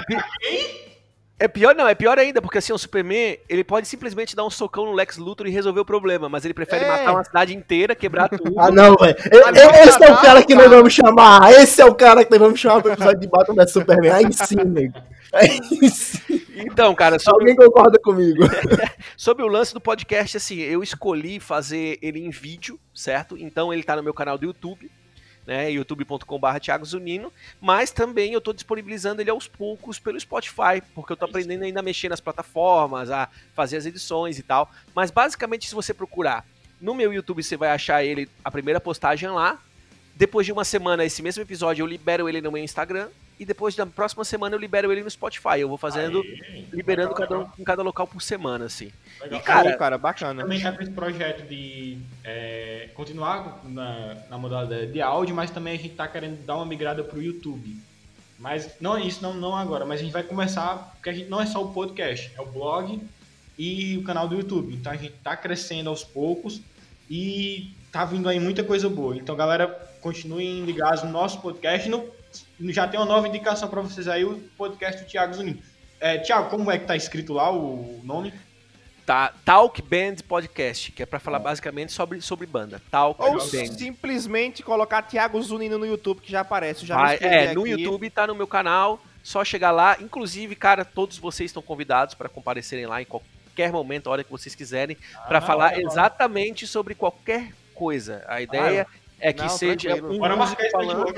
É pior ainda, porque assim, o Superman, ele pode simplesmente dar um socão no Lex Luthor e resolver o problema, mas ele prefere matar uma cidade inteira, quebrar tudo. Não, velho. Esse é o cara que nós vamos chamar. Esse é o cara que nós vamos chamar pro episódio de Batman vs Superman. Aí sim, nego. Aí sim. Então, cara, alguém concorda comigo? Sobre o lance do podcast, assim, eu escolhi fazer ele em vídeo, certo? Então ele tá no meu canal do YouTube, né, youtube.com/Thiago Zunino, mas também eu tô disponibilizando ele aos poucos pelo Spotify, porque eu tô aprendendo ainda a mexer nas plataformas, a fazer as edições e tal, mas basicamente se você procurar no meu YouTube, você vai achar ele, a primeira postagem lá, Depois de uma semana, esse mesmo episódio, eu libero ele no meu Instagram. E depois da próxima semana, eu libero ele no Spotify. Eu vou fazendo, liberando em cada local por semana, assim. Legal. E, cara, bacana. Também tá com esse projeto de continuar na modalidade de áudio, mas também a gente tá querendo dar uma migrada pro YouTube. Mas não agora, mas a gente vai começar, porque a gente não é só o podcast, é o blog e o canal do YouTube. Então a gente tá crescendo aos poucos e tá vindo aí muita coisa boa. Então, galera, continuem ligados no nosso podcast. Já tem uma nova indicação para vocês aí, o podcast do Thiago Zunino. Thiago, como é que tá escrito lá o nome? Tá, Talk Band Podcast, que é pra falar basicamente sobre banda. Talk Ou Band. simplesmente colocar Thiago Zunino no YouTube, que já aparece. No YouTube tá no meu canal, só chegar lá. Inclusive, cara, todos vocês estão convidados para comparecerem lá em qualquer momento, a hora que vocês quiserem, para falar exatamente sobre qualquer coisa. A ideia é que seja um músico falando.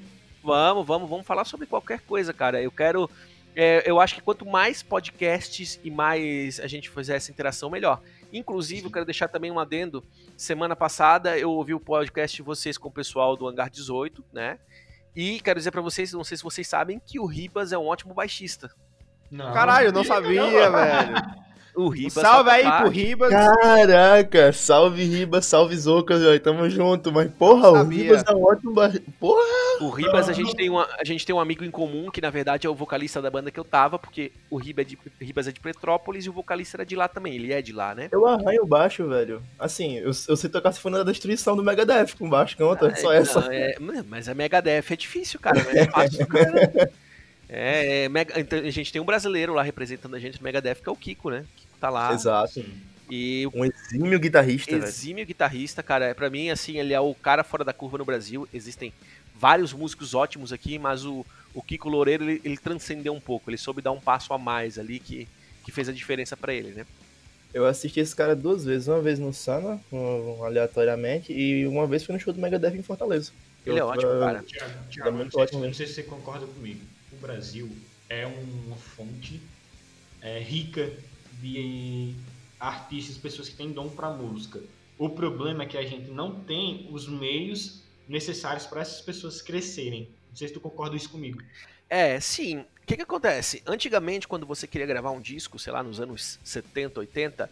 Vamos falar sobre qualquer coisa, cara. Eu acho que quanto mais podcasts e mais a gente fizer essa interação, melhor. Inclusive, eu quero deixar também um adendo. Semana passada eu ouvi o podcast de vocês com o pessoal do Hangar 18, né? E quero dizer pra vocês, não sei se vocês sabem, que o Ribas é um ótimo baixista. Não. Caralho, eu não sabia, velho. O Ribas. Salve aí pro Ribas. Caraca, salve Ribas, salve Zocas, velho. Tamo junto. Mas porra, o Ribas é um ótimo porra. O Ribas, a gente tem um amigo em comum, que na verdade é o vocalista da banda que eu tava, porque o Ribas é de Petrópolis e o vocalista era de lá também, ele é de lá, né? Eu arranho o baixo, velho. Assim, eu sei tocar a Sinfonia da Destruição do Megadeth com baixo, conta, só essa. Mas a Megadeth é difícil, cara, não é fácil, cara. Então, a gente tem um brasileiro lá representando a gente no Megadeth, que é o Kiko, né? Kiko tá lá. Exato. E um exímio guitarrista, guitarrista, cara. Pra mim, assim, ele é o cara fora da curva no Brasil. Existem vários músicos ótimos aqui, mas o Kiko Loureiro, ele transcendeu um pouco. Ele soube dar um passo a mais ali que fez a diferença pra ele, né? Eu assisti esse cara 2 vezes. Uma vez no Sana, aleatoriamente, e uma vez foi no show do Megadeth em Fortaleza. Ele é ótimo, cara. Thiago, não sei se você concorda comigo. O Brasil é uma fonte rica de artistas, pessoas que têm dom para música. O problema é que a gente não tem os meios necessários para essas pessoas crescerem. Não sei se tu concorda isso comigo. Sim. O que acontece? Antigamente, quando você queria gravar um disco, sei lá, nos anos 70, 80,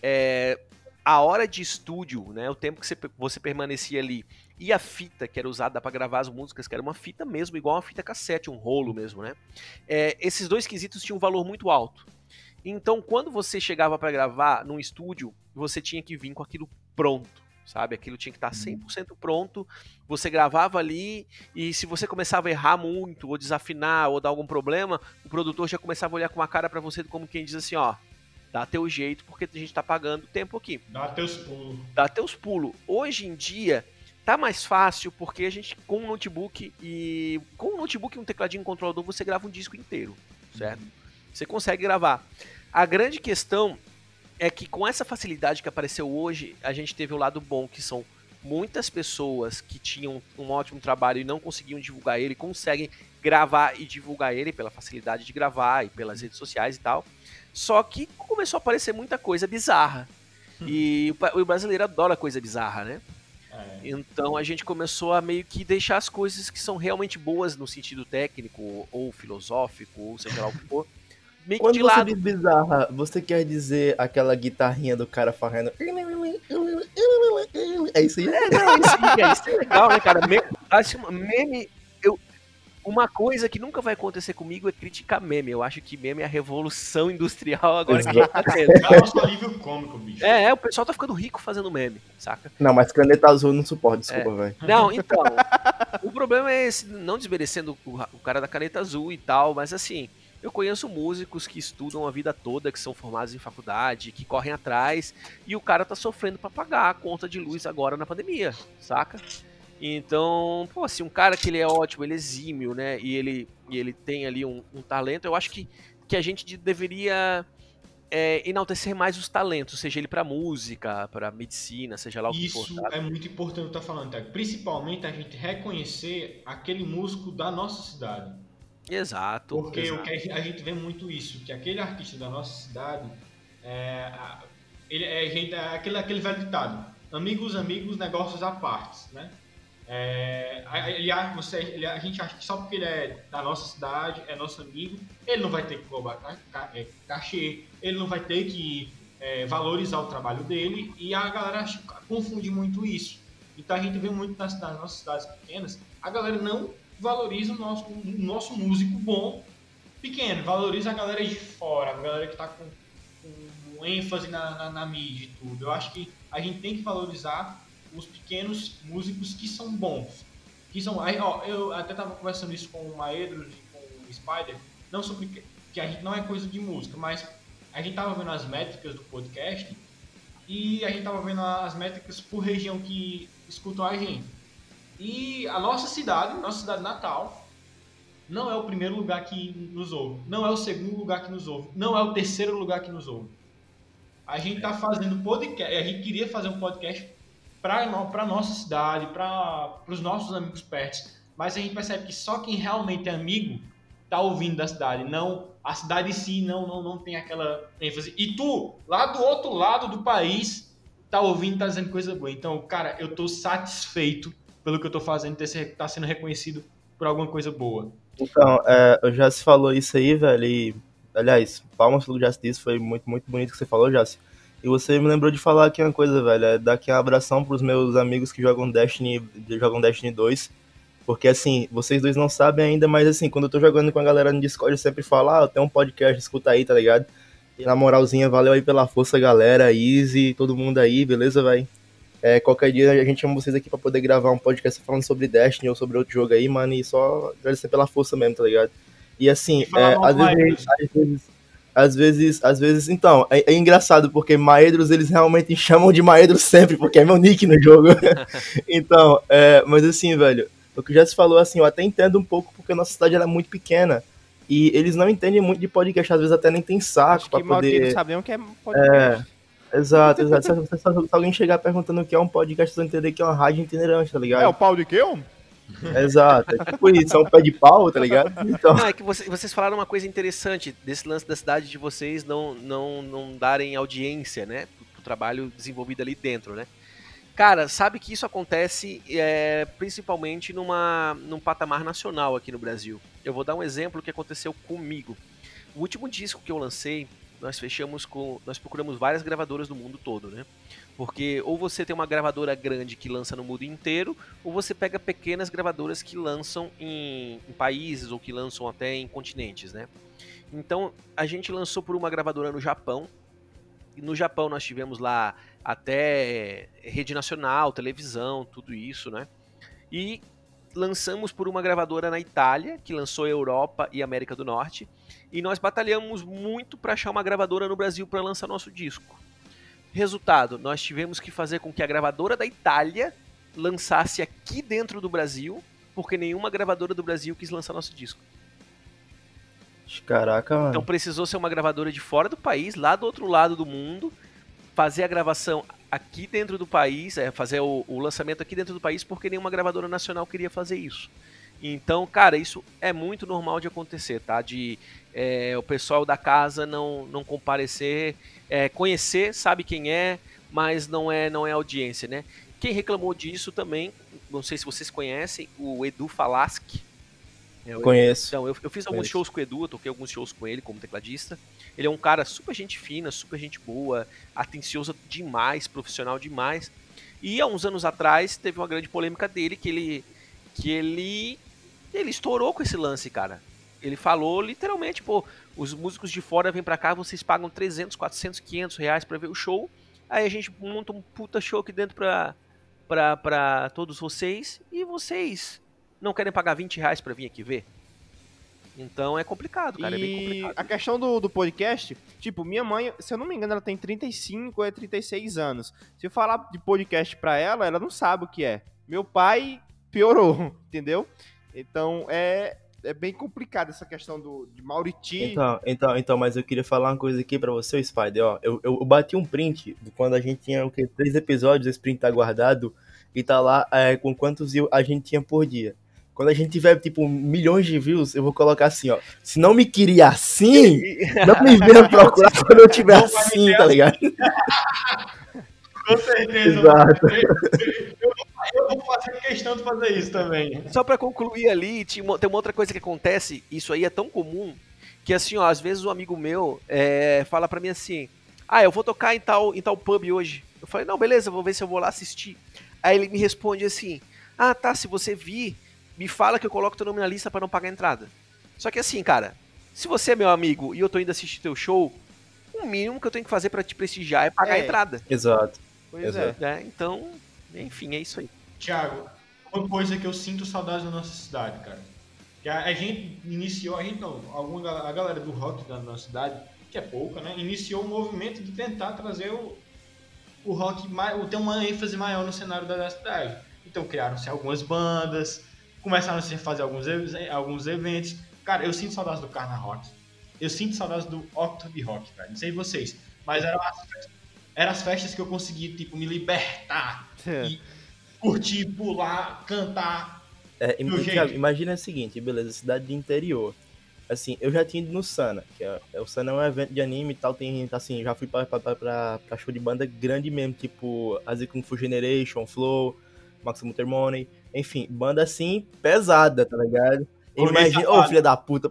a hora de estúdio, né, o tempo que você permanecia ali, e a fita que era usada para gravar as músicas, que era uma fita mesmo, igual uma fita cassete, um rolo mesmo, né? Esses dois quesitos tinham um valor muito alto. Então, quando você chegava para gravar num estúdio, você tinha que vir com aquilo pronto, sabe? Aquilo tinha que estar 100% pronto. Você gravava ali e se você começava a errar muito, ou desafinar, ou dar algum problema, o produtor já começava a olhar com uma cara para você como quem diz assim, ó, dá teu jeito porque a gente tá pagando tempo aqui. Dá teus pulos. Dá teus pulos. Hoje em dia, tá mais fácil porque a gente, com um notebook e um tecladinho e um controlador, você grava um disco inteiro, certo? Você consegue gravar. A grande questão é que com essa facilidade que apareceu hoje, a gente teve o lado bom, que são muitas pessoas que tinham um ótimo trabalho e não conseguiam divulgar ele, conseguem gravar e divulgar ele pela facilidade de gravar e pelas redes sociais e tal. Só que começou a aparecer muita coisa bizarra. E o brasileiro adora coisa bizarra, né? Então a gente começou a meio que deixar as coisas que são realmente boas no sentido técnico ou filosófico, ou seja lá o que for, meio que Quando de você lado. diz bizarra, você quer dizer aquela guitarrinha do cara fazendo... É isso aí? Isso é legal, né, cara? Meme, uma coisa que nunca vai acontecer comigo é criticar meme. Eu acho que meme é a revolução industrial agora que tá tendo. É o nosso alívio cômico, bicho. O pessoal tá ficando rico fazendo meme, saca? Não, mas caneta azul eu não suporto, desculpa, velho. Não, então, o problema é esse, não desmerecendo o cara da caneta azul e tal, mas assim, eu conheço músicos que estudam a vida toda, que são formados em faculdade, que correm atrás, e o cara tá sofrendo pra pagar a conta de luz agora na pandemia, saca? Então, pô, assim, um cara que ele é ótimo, ele é exímio, né, e ele tem ali um talento, eu acho que a gente deveria enaltecer mais os talentos, seja ele pra música, pra medicina, seja lá o que for. Isso é muito importante estar falando, tá? Principalmente a gente reconhecer aquele músico da nossa cidade. Exato. Porque o que a gente vê muito isso, que aquele artista da nossa cidade, ele é aquele velho ditado, amigos, negócios à parte, né? A gente acha que só porque ele é da nossa cidade, é nosso amigo, ele não vai ter que cobrar cachê, ele não vai ter que valorizar o trabalho dele, e a galera confunde muito isso. Então a gente vê muito nas nossas cidades pequenas, a galera não valoriza o nosso músico bom pequeno, valoriza a galera de fora, a galera que está com ênfase na mídia e tudo. Eu acho que a gente tem que valorizar os pequenos músicos que são bons. Eu até estava conversando isso com o Maedros e com o Spider, não sobre que a gente não é coisa de música, mas a gente estava vendo as métricas do podcast e a gente estava vendo as métricas por região que escutam a gente. E a nossa cidade natal, não é o primeiro lugar que nos ouve, não é o segundo lugar que nos ouve, não é o terceiro lugar que nos ouve. A gente está fazendo podcast, a gente queria fazer um podcast para a nossa cidade, para os nossos amigos perto, mas a gente percebe que só quem realmente é amigo está ouvindo da cidade, não a cidade em si não tem aquela ênfase. E tu, lá do outro lado do país, tá ouvindo, tá dizendo coisa boa. Então, cara, eu tô satisfeito pelo que eu tô fazendo, tá sendo reconhecido por alguma coisa boa. Então, já se falou isso aí, velho, e, aliás, palmas pelo que já se disse, foi muito, muito bonito que você falou, Jassi. E você me lembrou de falar aqui uma coisa, velho, dar aqui um abração pros meus amigos que jogam Destiny 2, porque, assim, vocês dois não sabem ainda, mas, assim, quando eu tô jogando com a galera no Discord, eu sempre falo, eu tenho um podcast, escuta aí, tá ligado? E na moralzinha, valeu aí pela força, galera, Easy, todo mundo aí, beleza, velho? Qualquer dia a gente chama vocês aqui pra poder gravar um podcast falando sobre Destiny ou sobre outro jogo aí, mano, e só agradecer pela força mesmo, tá ligado? E assim, às vezes, então, é engraçado, porque Maedros, eles realmente chamam de Maedros sempre, porque é meu nick no jogo. Então, mas assim, velho, o que já se falou, assim, eu até entendo um pouco, porque a nossa cidade ela é muito pequena, e eles não entendem muito de podcast, às vezes até nem tem saco pra poder... Não sabem o que é podcast. Exato. Se alguém chegar perguntando o que é um podcast, vocês vão entender que é uma rádio itinerante, tá ligado? É o pau de quê, homem? Exato, é tipo isso, é um pé de pau, tá ligado? Então... Não, é que vocês falaram uma coisa interessante desse lance da cidade de vocês não darem audiência, né, pro trabalho desenvolvido ali dentro, né? Cara, sabe que isso acontece principalmente num patamar nacional aqui no Brasil. Eu vou dar um exemplo que aconteceu comigo. O último disco que eu lancei, nós procuramos várias gravadoras do mundo todo, né? Porque ou você tem uma gravadora grande que lança no mundo inteiro, ou você pega pequenas gravadoras que lançam em países ou que lançam até em continentes, né? Então, a gente lançou por uma gravadora no Japão. E no Japão nós tivemos lá até rede nacional, televisão, tudo isso, né? E lançamos por uma gravadora na Itália, que lançou Europa e América do Norte. E nós batalhamos muito para achar uma gravadora no Brasil para lançar nosso disco. Resultado, nós tivemos que fazer com que a gravadora da Itália lançasse aqui dentro do Brasil, porque nenhuma gravadora do Brasil quis lançar nosso disco. Caraca, mano. Então precisou ser uma gravadora de fora do país, lá do outro lado do mundo, fazer a gravação aqui dentro do país, fazer o lançamento aqui dentro do país, porque nenhuma gravadora nacional queria fazer isso. Então, cara, isso é muito normal de acontecer, tá? De o pessoal da casa não comparecer, conhecer, sabe quem é, mas não é audiência, né? Quem reclamou disso também, não sei se vocês conhecem, o Edu Falaschi. Conheço. Então, eu fiz alguns shows com o Edu, eu toquei alguns shows com ele como tecladista. Ele é um cara super gente fina, super gente boa, atencioso demais, profissional demais. E há uns anos atrás teve uma grande polêmica dele que ele estourou com esse lance, cara. Ele falou literalmente, pô, os músicos de fora vêm pra cá, vocês pagam 300, 400, 500 reais pra ver o show. Aí a gente monta um puta show aqui dentro pra todos vocês e vocês não querem pagar 20 reais pra vir aqui ver? Então é complicado, cara, é bem complicado. A questão do podcast, tipo, minha mãe, se eu não me engano, ela tem 35 ou 36 anos. Se eu falar de podcast pra ela, ela não sabe o que é. Meu pai piorou, entendeu? Então é bem complicado essa questão de Mauriti. Então, mas eu queria falar uma coisa aqui pra você, Spider, ó. Eu bati um print de quando a gente tinha 3 episódios, esse print tá guardado, e tá lá com quantos views a gente tinha por dia. Quando a gente tiver, tipo, milhões de views, eu vou colocar assim, ó. Se não me queria assim, não me venha procurar quando eu tiver assim, tá ligado? Com certeza. Exato. vou fazer questão de fazer isso também. Só pra concluir ali, tem uma outra coisa que acontece, isso aí é tão comum, que assim, ó, às vezes um amigo meu fala pra mim assim, eu vou tocar em tal pub hoje. Eu falei, não, beleza, vou ver se eu vou lá assistir. Aí ele me responde assim, tá, se você vir, me fala que eu coloco teu nome na lista pra não pagar a entrada. Só que assim, cara, se você é meu amigo e eu tô indo assistir teu show, o mínimo que eu tenho que fazer pra te prestigiar é pagar a entrada. Exato. Pois é. Então, enfim, é isso aí. Thiago, uma coisa que eu sinto saudade da nossa cidade, cara. Que a gente iniciou, a galera do rock da nossa cidade, que é pouca, né? Iniciou um movimento de tentar trazer o rock, ter uma ênfase maior no cenário da cidade. Então criaram-se algumas bandas, começaram-se a fazer alguns eventos. Cara, eu sinto saudades do Carna Rock. Eu sinto saudades do October Rock, cara. Não sei vocês, mas eram as festas que eu consegui, tipo, me libertar e curtir, pular, cantar. Imagina o seguinte, beleza, cidade de interior. Assim, eu já tinha ido no Sana, que o Sana é um evento de anime e tal, assim, já fui pra show de banda grande mesmo, tipo Aze Kung Fu Generation, Flow, Maximum Thermone, enfim, banda assim, pesada, tá ligado? Imagina, filha da puta,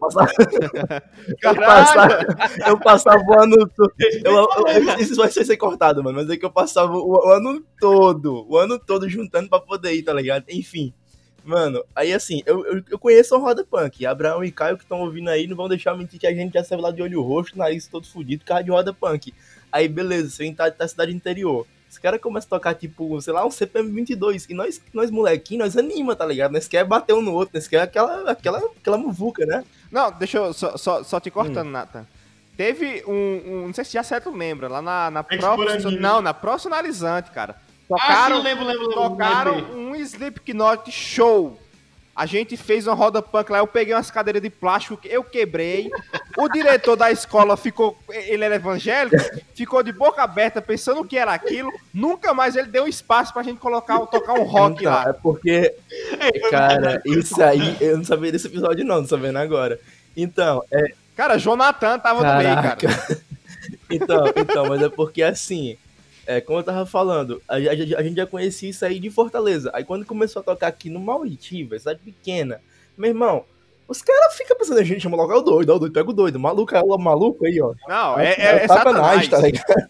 eu passava o ano todo. Isso vai ser cortado, mano, mas é que eu passava o ano todo juntando pra poder ir, tá ligado? Enfim, mano, aí assim, eu conheço a Roda Punk. Abraão e Caio que estão ouvindo aí não vão deixar mentir que a gente já saiu lá de olho roxo, nariz todo fudido, por causa de Roda Punk. Aí beleza, você entra da cidade interior. Os caras começam a tocar, tipo, sei lá, um CPM 22. E nós molequinhos, nós anima, tá ligado? Nós quer bater um no outro, nós quer aquela muvuca, né? Não, deixa eu só te cortando, Nathan. Teve não sei se já certo lembra, lá na Profissionalizante, cara. Tocaram, tocaram um Slipknot show. A gente fez uma roda punk lá, eu peguei umas cadeiras de plástico, eu quebrei. O diretor da escola ele era evangélico, ficou de boca aberta pensando o que era aquilo. Nunca mais ele deu espaço pra gente tocar um rock então, lá. É porque, cara, isso aí, eu não sabia desse episódio não, tô sabendo agora. Então, Cara, Jonathan tava no meio, cara. Então, mas é porque assim... como eu tava falando, a gente já conhecia isso aí de Fortaleza. Aí quando começou a tocar aqui no Mauriti, velho, cidade pequena, meu irmão, os caras ficam pensando, a gente chama logo o doido, pega o doido, maluco aí, ó. Não, é Satanás, tá ligado?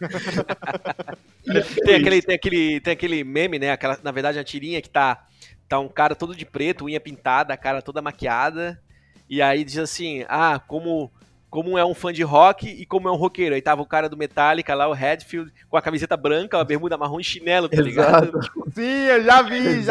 tem aquele meme, né, na verdade a tirinha que tá um cara todo de preto, unha pintada, a cara toda maquiada, e aí diz assim, como é um fã de rock e como é um roqueiro. Aí tava o cara do Metallica lá, o Redfield, com a camiseta branca, a bermuda marrom e chinelo, tá ligado? Sim, eu já vi.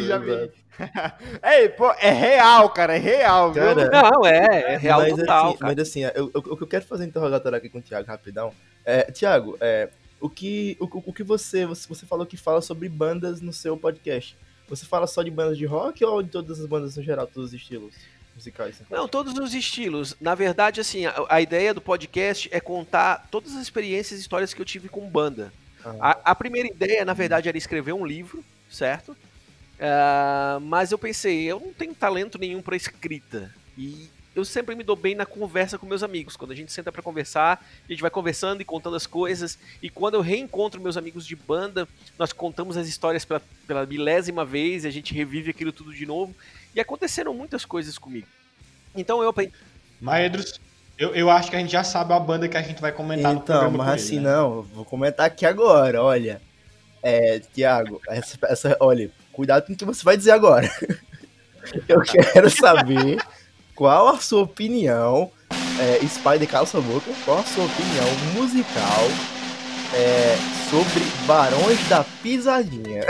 Ei, pô, é real, cara, viu? Não, é real mas total, assim, cara. Mas assim, o que eu quero fazer um interrogatório aqui com o Thiago, rapidão. Thiago, o que você falou que fala sobre bandas no seu podcast? Você fala só de bandas de rock ou de todas as bandas no geral, todos os estilos musicais? Não, todos os estilos. Na verdade, assim, a ideia do podcast é contar todas as experiências e histórias que eu tive com banda. A primeira ideia, na verdade, era escrever um livro, certo? Mas eu pensei, eu não tenho talento nenhum para escrita. E eu sempre me dou bem na conversa com meus amigos. Quando a gente senta para conversar, a gente vai conversando e contando as coisas. E quando eu reencontro meus amigos de banda, nós contamos as histórias pela milésima vez, e a gente revive aquilo tudo de novo. E aconteceram muitas coisas comigo. Então eu pensei... Maedros, eu acho que a gente já sabe a banda que a gente vai comentar no programa. Então, mas assim, né? Não, eu vou comentar aqui agora, olha. Thiago, olha, cuidado com o que você vai dizer agora. Eu quero saber qual a sua opinião, Spider, cala sua boca, qual a sua opinião musical sobre Barões da Pisadinha?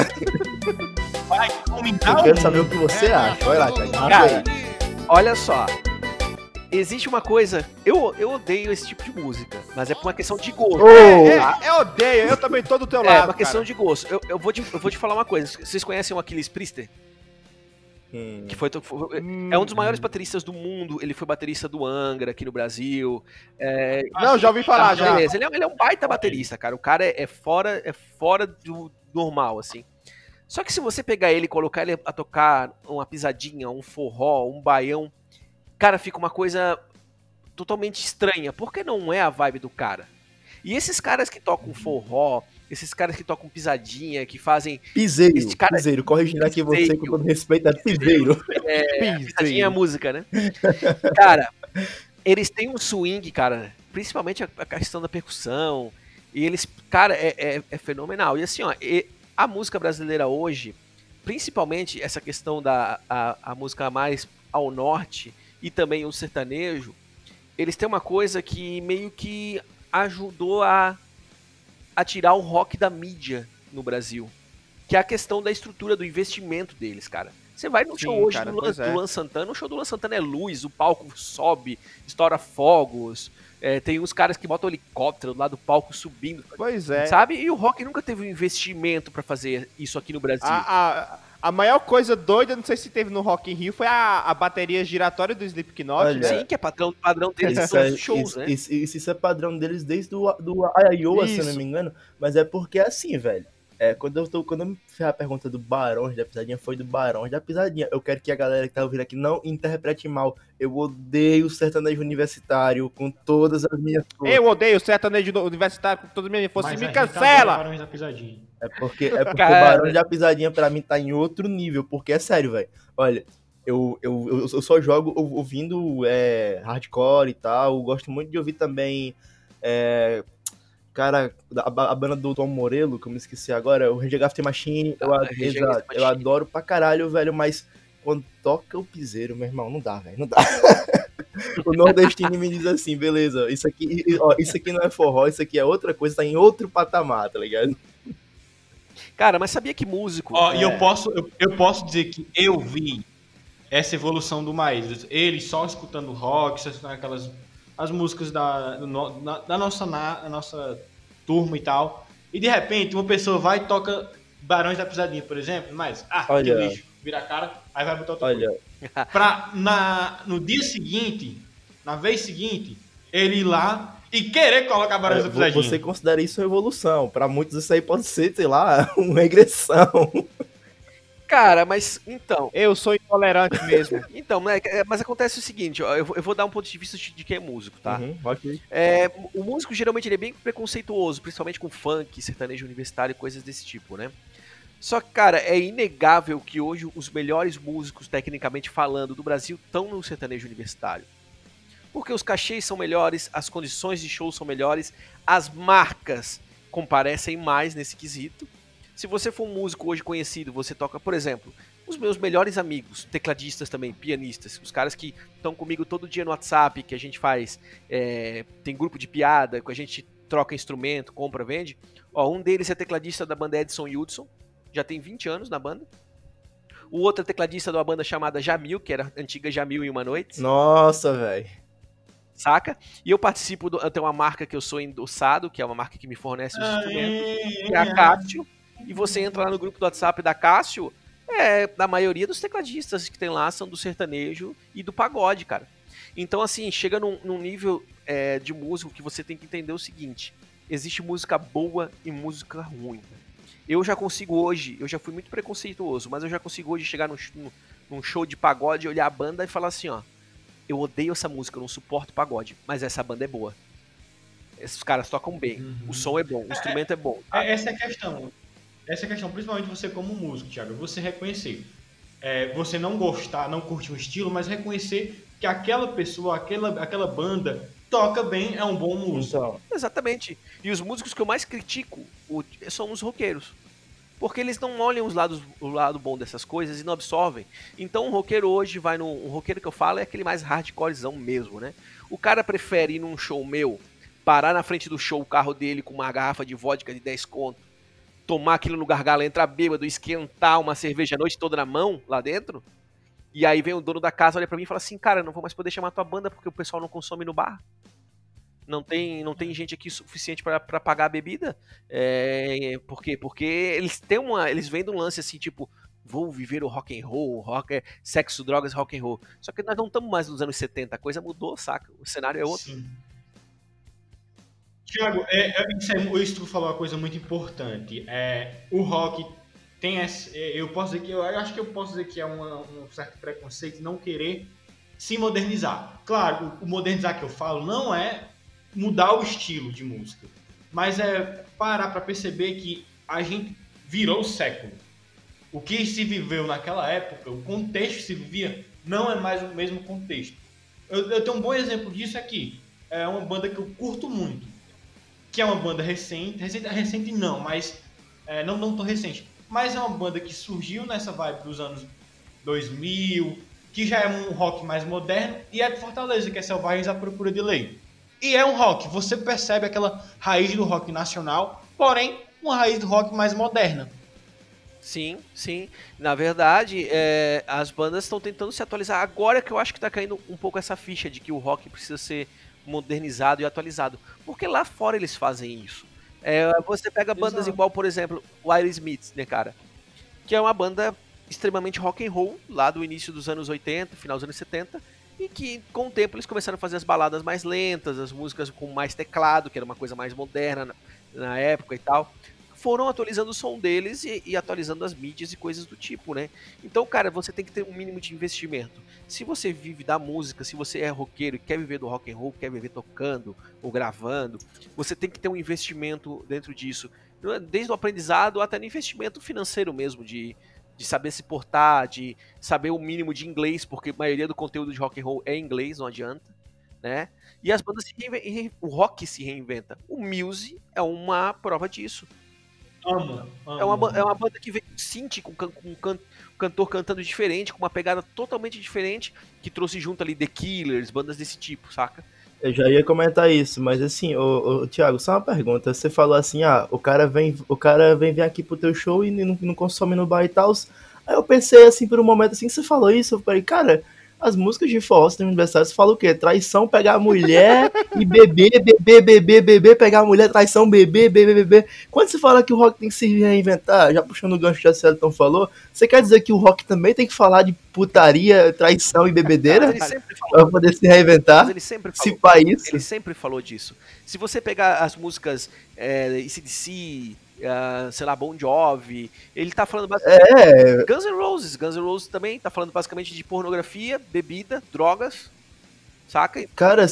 Eu quero saber o que você acha. Olha lá, cara, olha só. Existe uma coisa, eu odeio esse tipo de música, mas é por uma questão de gosto. Eu odeio, eu também tô do teu lado. É uma questão de gosto. Eu vou te falar uma coisa. Vocês conhecem o Aquiles Priester? Que é um dos maiores bateristas do mundo. Ele foi baterista do Angra aqui no Brasil. Não, já ouvi falar, já. Beleza, ele é um baita baterista, cara. O cara é fora do normal, assim. Só que se você pegar ele e colocar ele a tocar uma pisadinha, um forró, um baião, cara, fica uma coisa totalmente estranha, porque não é a vibe do cara. E esses caras que tocam forró, Esses caras que tocam pisadinha, que fazem... Piseiro, cara... piseiro. Corrigindo aqui você, com todo respeito, é piseiro. Pisadinha é música, né? Cara, eles têm um swing, cara, principalmente a questão da percussão, e eles, cara, é fenomenal. E assim, ó, a música brasileira hoje, principalmente essa questão a música mais ao norte e também o sertanejo, eles têm uma coisa que meio que ajudou a tirar o rock da mídia no Brasil, que é a questão da estrutura do investimento deles, cara. Você vai no show hoje do Luan Santana, o show do Luan Santana é luz, o palco sobe, estoura fogos, tem uns caras que botam helicóptero lá do palco subindo. Pois é. Sabe? E o rock nunca teve um investimento pra fazer isso aqui no Brasil. A maior coisa doida, não sei se teve no Rock in Rio, foi a bateria giratória do Slipknot, né? Sim, que é padrão deles em todos os shows, né? Isso é padrão deles desde do Iowa, se eu não me engano. Mas é porque é assim, velho. Quando eu me fiz a pergunta do Barões da Pisadinha, foi do Barões da Pisadinha. Eu quero que a galera que tá ouvindo aqui não interprete mal. Eu odeio o sertanejo universitário com todas as minhas forças. Eu odeio o sertanejo universitário com todas as minhas forças. Me cancela! Barões da Pisadinha. É porque o Barões da Pisadinha pra mim tá em outro nível. Porque é sério, velho. Olha, eu só jogo ouvindo hardcore e tal. Eu gosto muito de ouvir também... Cara, a banda do Tom Morello, que eu me esqueci agora, o Rage Against the Machine, eu adoro pra caralho, velho, mas quando toca o piseiro, meu irmão, não dá, velho, não dá. O nordestino me diz assim, beleza, isso aqui não é forró, isso aqui é outra coisa, tá em outro patamar, tá ligado? Cara, mas sabia que músico... E eu posso dizer que eu vi essa evolução do Maísa, ele só escutando rock, só escutando as músicas da nossa turma e tal. E de repente uma pessoa vai e toca Barões da Pisadinha, por exemplo, mas que lixo, vira a cara, aí vai botar outra coisa. No dia seguinte, na vez seguinte, ele ir lá e querer colocar Barões da Pisadinha. Você considera isso uma evolução? Pra muitos isso aí pode ser, sei lá, uma regressão. Cara, mas então... Eu sou intolerante mesmo. Então, né, mas acontece o seguinte, ó, eu vou dar um ponto de vista de quem é músico, tá? Okay. O músico geralmente ele é bem preconceituoso, principalmente com funk, sertanejo universitário e coisas desse tipo, né? Só que, cara, é inegável que hoje os melhores músicos, tecnicamente falando, do Brasil estão no sertanejo universitário. Porque os cachês são melhores, as condições de show são melhores, as marcas comparecem mais nesse quesito. Se você for um músico hoje conhecido, você toca, por exemplo, os meus melhores amigos, tecladistas também, pianistas, os caras que estão comigo todo dia no WhatsApp, que a gente faz, tem grupo de piada, que a gente troca instrumento, compra, vende. Um deles é tecladista da banda Edson Hudson, já tem 20 anos na banda. O outro é tecladista de uma banda chamada Jamil, que era a antiga Jamil e Uma Noite. Nossa, velho. Saca? E eu participo, eu tenho uma marca que eu sou endossado, que é uma marca que me fornece os instrumentos, que é a Cássio. E você entra lá no grupo do WhatsApp da Cássio, da maioria dos tecladistas que tem lá são do sertanejo e do pagode, cara. Então, assim, chega num nível de músico que você tem que entender o seguinte: existe música boa e música ruim. Eu já consigo hoje, eu já fui muito preconceituoso, mas eu já consigo hoje chegar num show de pagode, olhar a banda e falar assim, ó, eu odeio essa música, eu não suporto pagode, mas essa banda é boa. Esses caras tocam bem, o som é bom, o instrumento é bom. Essa é a questão. Essa é a questão, principalmente você como músico, Thiago, você reconhecer. Você não gostar, não curtir um estilo, mas reconhecer que aquela pessoa, aquela banda toca bem, é um bom músico. Então, exatamente. E os músicos que eu mais critico são os roqueiros. Porque eles não olham o lado bom dessas coisas e não absorvem. Então um roqueiro hoje vai um roqueiro que eu falo é aquele mais hardcorezão mesmo, né? O cara prefere ir num show meu, parar na frente do show o carro dele com uma garrafa de vodka de 10 conto, tomar aquilo no gargalo, entrar bêbado, esquentar uma cerveja a noite toda na mão, lá dentro, e aí vem o dono da casa, olha pra mim e fala assim, cara, não vou mais poder chamar tua banda porque o pessoal não consome no bar. Não tem gente aqui suficiente pra pagar a bebida. Por quê? Porque eles vendem um lance assim, tipo, vou viver o rock and roll, sexo, drogas, rock and roll. Só que nós não estamos mais nos anos 70, a coisa mudou, saca? O cenário é outro. Sim. Thiago, isso tu falou uma coisa muito importante. O rock tem eu acho que eu posso dizer que é um certo preconceito não querer se modernizar. Claro, o modernizar que eu falo não é mudar o estilo de música. Mas parar pra perceber que a gente virou o século. O que se viveu naquela época, o contexto que se vivia, não é mais o mesmo contexto. Eu tenho um bom exemplo disso aqui. É uma banda que eu curto muito, que é uma banda recente não, mas não tão recente. Mas é uma banda que surgiu nessa vibe dos anos 2000, que já é um rock mais moderno, e é de Fortaleza, que é Selvagens à Procura de Lei. E é um rock, você percebe aquela raiz do rock nacional, porém, uma raiz do rock mais moderna. Sim, sim. Na verdade, as bandas estão tentando se atualizar. Agora que eu acho que tá caindo um pouco essa ficha de que o rock precisa ser modernizado e atualizado. Porque lá fora eles fazem isso. Você pega bandas igual, por exemplo, o Aerosmith, né, cara? Que é uma banda extremamente rock and roll, lá do início dos anos 80, final dos anos 70, e que com o tempo eles começaram a fazer as baladas mais lentas, as músicas com mais teclado, que era uma coisa mais moderna na época e tal. Foram atualizando o som deles e atualizando as mídias e coisas do tipo, né? Então, cara, você tem que ter um mínimo de investimento. Se você vive da música, se você é roqueiro e quer viver do rock and roll, quer viver tocando ou gravando, você tem que ter um investimento dentro disso. Desde o aprendizado até no investimento financeiro mesmo, de saber se portar, de saber o mínimo de inglês, porque a maioria do conteúdo de rock and roll é em inglês, não adianta, né? E as bandas o rock se reinventa. O Muse é uma prova disso. Amo. É uma banda que vem synth, com um cantor cantando diferente, com uma pegada totalmente diferente, que trouxe junto ali The Killers, bandas desse tipo, saca? Eu já ia comentar isso, mas assim, ô Thiago, só uma pergunta. Você falou assim, o cara vem vir aqui pro teu show e não consome no bar e tal. Aí eu pensei assim, por um momento assim, que você falou isso, eu falei, cara, as músicas de forró no aniversário, você fala o quê? Traição, pegar a mulher e beber, pegar a mulher, traição, beber. Quando você fala que o rock tem que se reinventar, já puxando o gancho que a Celton falou, você quer dizer que o rock também tem que falar de putaria, traição e bebedeira? Mas ele sempre falou, pra poder se reinventar? ele sempre falou, se pá isso? Ele sempre falou disso. Se você pegar as músicas AC/DC, sei lá, Bon Jovi, ele tá falando basicamente Guns N' Roses também tá falando basicamente de pornografia, bebida, drogas, saca? Cara,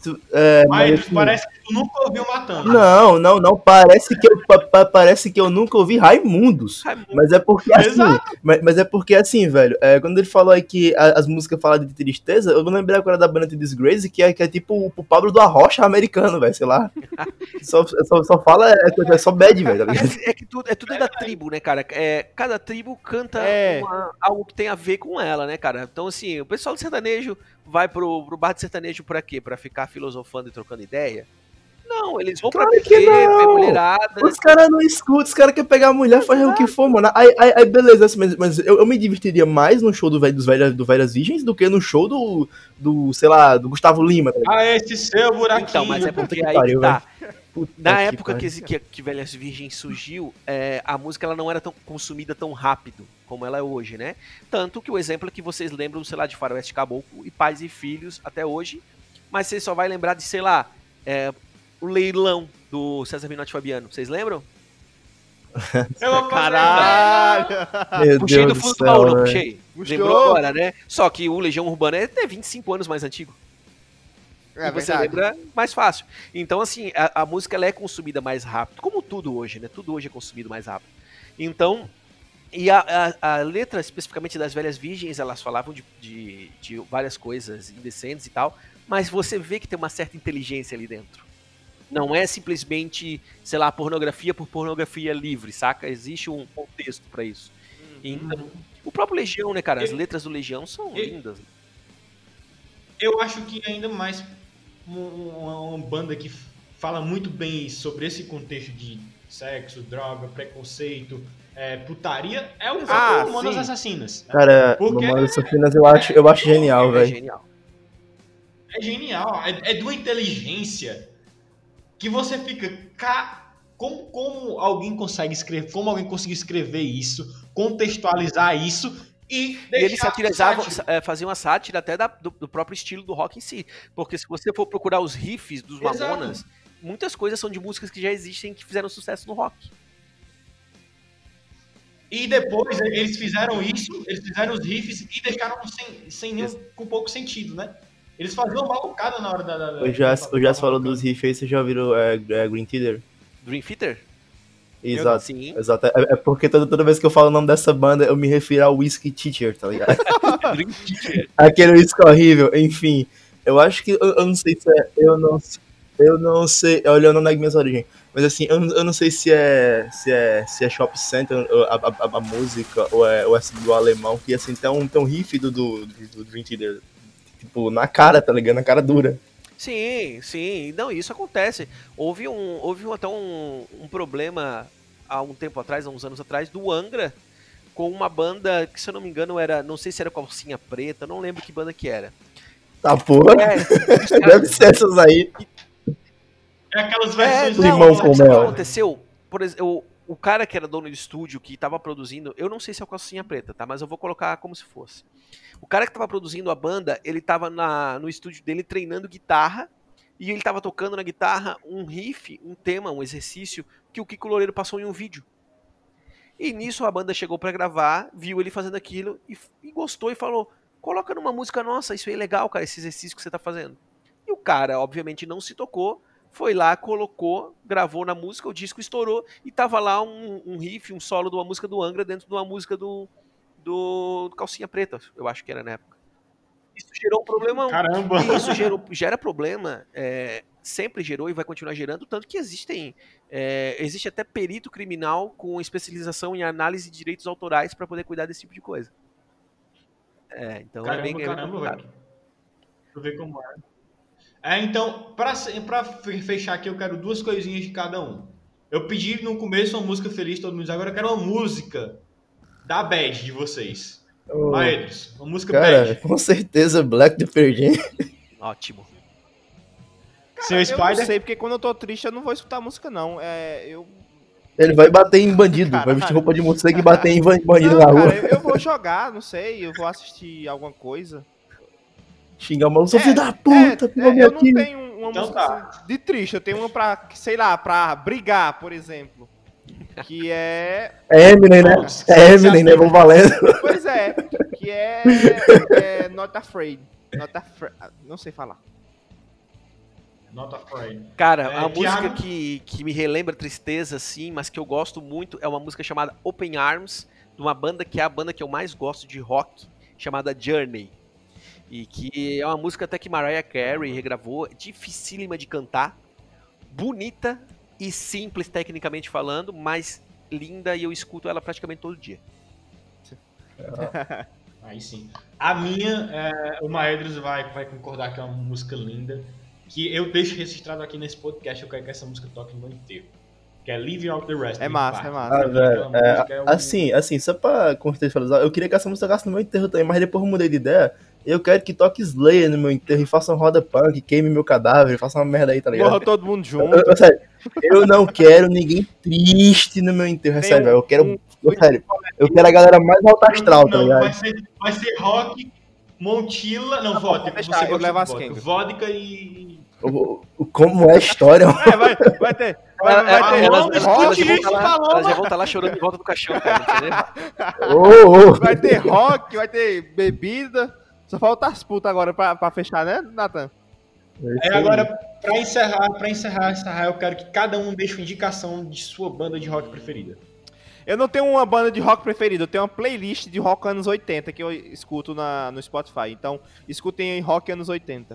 mas assim, parece que tu nunca ouviu Matando. Não, parece que eu nunca ouvi Raimundos. Mas é porque assim, mas é porque assim, velho, quando ele falou aí que as músicas falam de tristeza, eu não lembrei agora da banda de Disgrace, que é tipo o Pablo do Arrocha americano, velho, sei lá. só fala, é só bad, velho. Tá é que tudo é da tribo, né, cara? Cada tribo canta algo que tem a ver com ela, né, cara? Então, assim, o pessoal do sertanejo vai pro bar de sertanejo pra quê? Pra ficar filosofando e trocando ideia? Não, eles vão pra beber, ver mulherada. Os caras não escutam, os caras querem pegar a mulher, fazer o que for, mano. Aí beleza, mas eu me divertiria mais no show do Velhas Virgens do que no show do sei lá, do Gustavo Lima. Tá, esse seu buraquinho. Então, mas é porque aí que tá. Na época que Velhas Virgens surgiu, a música ela não era tão consumida tão rápido como ela é hoje, né? Tanto que o exemplo é que vocês lembram, sei lá, de Faroeste Caboclo e Pais e Filhos até hoje, mas você só vai lembrar de, sei lá, o Leilão do César Menotti Fabiano. Vocês lembram? Caralho! Puxei do fundo do baú, não puxei. Lembrou agora, né? Só que o Legião Urbana é 25 anos mais antigo. E você lembra mais fácil. Então, assim, a música ela é consumida mais rápido, como tudo hoje, né? Tudo hoje é consumido mais rápido. Então, e a letra, especificamente das Velhas Virgens, elas falavam de várias coisas indecentes e tal, mas você vê que tem uma certa inteligência ali dentro. Não é simplesmente, sei lá, pornografia por pornografia livre, saca? Existe um contexto pra isso. Então, o próprio Legião, né, cara? As letras do Legião são lindas. Eu acho que ainda mais uma banda que fala muito bem próprio esse contexto de sexo, droga, preconceito, putaria, é o Mamonas Assassinas. Cara, Mamonas Assassinas eu acho genial, velho. É genial, é de uma inteligência que você fica, como alguém consegue escrever, como alguém conseguiu escrever isso, contextualizar isso e eles satirizavam, faziam uma sátira até do próprio estilo do rock em si, porque se você for procurar os riffs dos Mamonas, muitas coisas são de músicas que já existem que fizeram sucesso no rock. E depois eles fizeram isso, eles fizeram os riffs e deixaram com pouco sentido, né? Eles faziam uma malucada na hora da o Jazz falou dos riffs aí, vocês já ouviram Green Theater? Dream Theater? Exato. Sim. Exato. É porque toda vez que eu falo o nome dessa banda, eu me refiro ao Whiskey Teacher, tá ligado? Dream Theater. Aquele whisky horrível, enfim. Eu acho que. Eu não sei se é. Eu não sei. Olha, eu não nego minhas origens. Mas assim, eu não sei se é Shop Center a música, ou é do alemão, que assim tem um riff do Dream Theater. Tipo, na cara, tá ligado? Na cara dura. Sim. Não, isso acontece. Houve até um problema há um tempo atrás, há uns anos atrás, do Angra, com uma banda que, se eu não me engano, não sei se era Calcinha Preta, não lembro que banda que era. Tá, porra. Deve ser essas aí. É aquelas versões limão com Sabe o que mel. aconteceu? Por exemplo, o cara que era dono do estúdio, que tava produzindo, eu não sei se é o Calcinha Preta, tá? Mas eu vou colocar como se fosse. O cara que tava produzindo a banda, ele tava no estúdio dele treinando guitarra, e ele tava tocando na guitarra um riff, um tema, um exercício, que o Kiko Loureiro passou em um vídeo. E nisso a banda chegou pra gravar, viu ele fazendo aquilo, e gostou e falou, coloca numa música nossa, isso aí é legal, cara, esse exercício que você tá fazendo. E o cara, obviamente, não se tocou, foi lá, colocou, gravou na música, o disco estourou, e tava lá um riff, um solo de uma música do Angra dentro de uma música do Calcinha Preta, eu acho que era na época. Isso gerou um problemão. Caramba! E isso gera problema, sempre gerou e vai continuar gerando, tanto que existe até perito criminal com especialização em análise de direitos autorais para poder cuidar desse tipo de coisa. Então Caramba, é bem velho. complicado. Deixa eu ver como é. Então, pra fechar aqui, eu quero 2 coisinhas de cada um. Eu pedi no começo uma música feliz, todo mundo diz, agora eu quero uma música da bad de vocês. Maedros, uma música Cara, bad. com certeza, Black the Virgin. Ótimo. Seu Eu Spider? não sei, porque quando eu tô triste eu não vou escutar música, não. Ele vai bater em bandido, Caralho. vai vestir roupa de morcego e bater em bandido Não, na rua. cara, eu vou jogar, não sei, eu vou assistir alguma coisa. Xingar o maluco, seu filho da puta, pegou minha eu não tia. tenho uma Então música tá. assim de triste, eu tenho uma pra, sei lá, pra brigar, por exemplo. Que é... É Eminem, né? Nossa, É Eminem, né? Vou valendo. Pois é, que é Not Afraid. Não sei falar. Not Afraid. Cara, a Thiago? música que me relembra tristeza, sim, mas que eu gosto muito, é uma música chamada Open Arms, de uma banda que é a banda que eu mais gosto de rock, chamada Journey. E que é uma música até que Mariah Carey regravou, dificílima de cantar, bonita e simples tecnicamente falando, mas linda, e eu escuto ela praticamente todo dia. Aí sim. A minha, o Maedros vai concordar que é uma música linda, que eu deixo registrado aqui nesse podcast, eu quero que essa música toque no inteiro. Que é Leave Out the Rest. É massa, é massa. Ah, velho, assim, só pra contextualizar, eu queria que essa música tocasse no meu enterro também, mas depois eu mudei de ideia. Eu quero que toque Slayer no meu enterro e faça uma roda punk, queime meu cadáver, faça uma merda aí, tá ligado? Morra todo mundo junto. Sério, eu não quero ninguém triste no meu enterro, é sério, velho. Eu quero, sério, eu quero a galera mais alta astral, tá Não, ligado? vai ser rock, Montila, não, vodka, deixar, você eu gosta levo de as vodka. quengas. Vodka e... Como é a história? Vai ter. Vai ter Elas já vão estar lá chorando em volta do caixão, cara. Oh. Vai ter rock, vai ter bebida. Só falta as putas agora pra fechar, né, Nathan? Agora, pra encerrar, eu quero que cada um deixe uma indicação de sua banda de rock preferida. Eu não tenho uma banda de rock preferida, eu tenho uma playlist de rock anos 80 que eu escuto no Spotify. Então, escutem rock anos 80.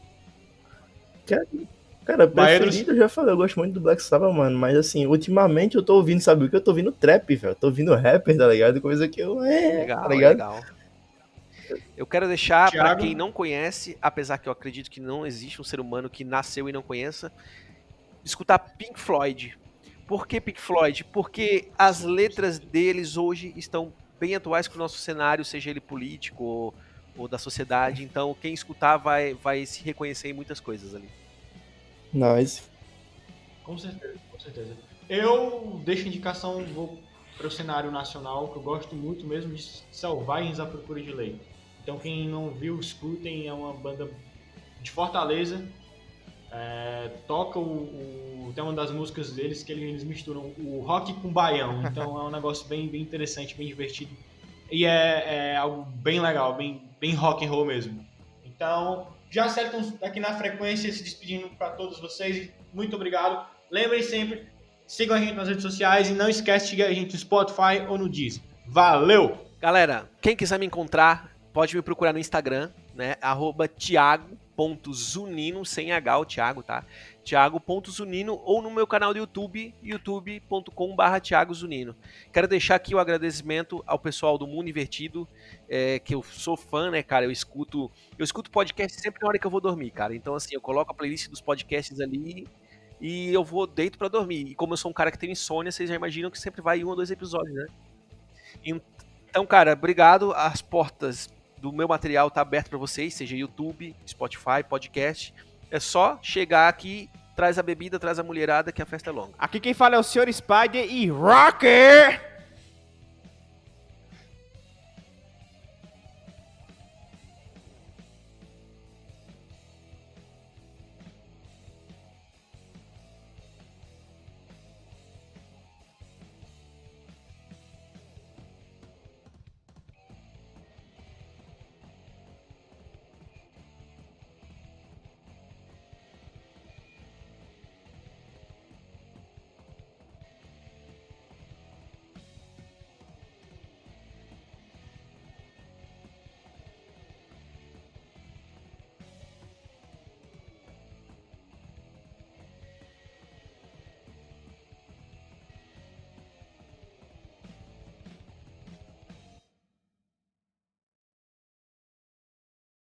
Cara, preferido, eu já falei, eu gosto muito do Black Sabbath, mano, mas assim, ultimamente eu tô ouvindo, sabe o que? Eu tô ouvindo trap, velho, tô ouvindo rapper, tá ligado? Coisa que eu, Legal, tá ligado? legal. Eu quero deixar pra Thiago? quem não conhece, apesar que eu acredito que não existe um ser humano que nasceu e não conheça, escutar Pink Floyd. Por que Pink Floyd? Porque as letras deles hoje estão bem atuais com o nosso cenário, seja ele político ou da sociedade, então quem escutar vai se reconhecer em muitas coisas ali. Nice. Com certeza. Eu deixo indicação, vou para o cenário nacional, que eu gosto muito mesmo de Selvagens à Procura de Lei. Então quem não viu, escutem, é uma banda de Fortaleza. Toca tem uma das músicas deles que eles misturam o rock com baião, então é um negócio bem interessante, bem divertido e é algo bem legal, bem rock and roll mesmo. Então já acertam aqui na frequência, se despedindo para todos vocês, muito obrigado. Lembrem sempre, Sigam a gente nas redes sociais e não esquece de seguir a gente no Spotify ou no Deezer. Valeu! Galera, quem quiser me encontrar, pode me procurar no Instagram, né? @thiago.zunino, sem H o Thiago, tá? Thiago.zunino, ou no meu canal do YouTube, youtube.com/Thiago Zunino. Quero deixar aqui o agradecimento ao pessoal do Mundo Invertido, que eu sou fã, né, cara? Eu escuto podcast sempre na hora que eu vou dormir, cara. Então, assim, eu coloco a playlist dos podcasts ali e eu vou deito pra dormir. E como eu sou um cara que tem insônia, vocês já imaginam que sempre vai 1 ou 2 episódios, né? Então, cara, obrigado. As portas do meu material tá aberto para vocês, seja YouTube, Spotify, podcast. É só chegar aqui, traz a bebida, traz a mulherada, que a festa é longa. Aqui quem fala é o Sr. Spider e Rocker!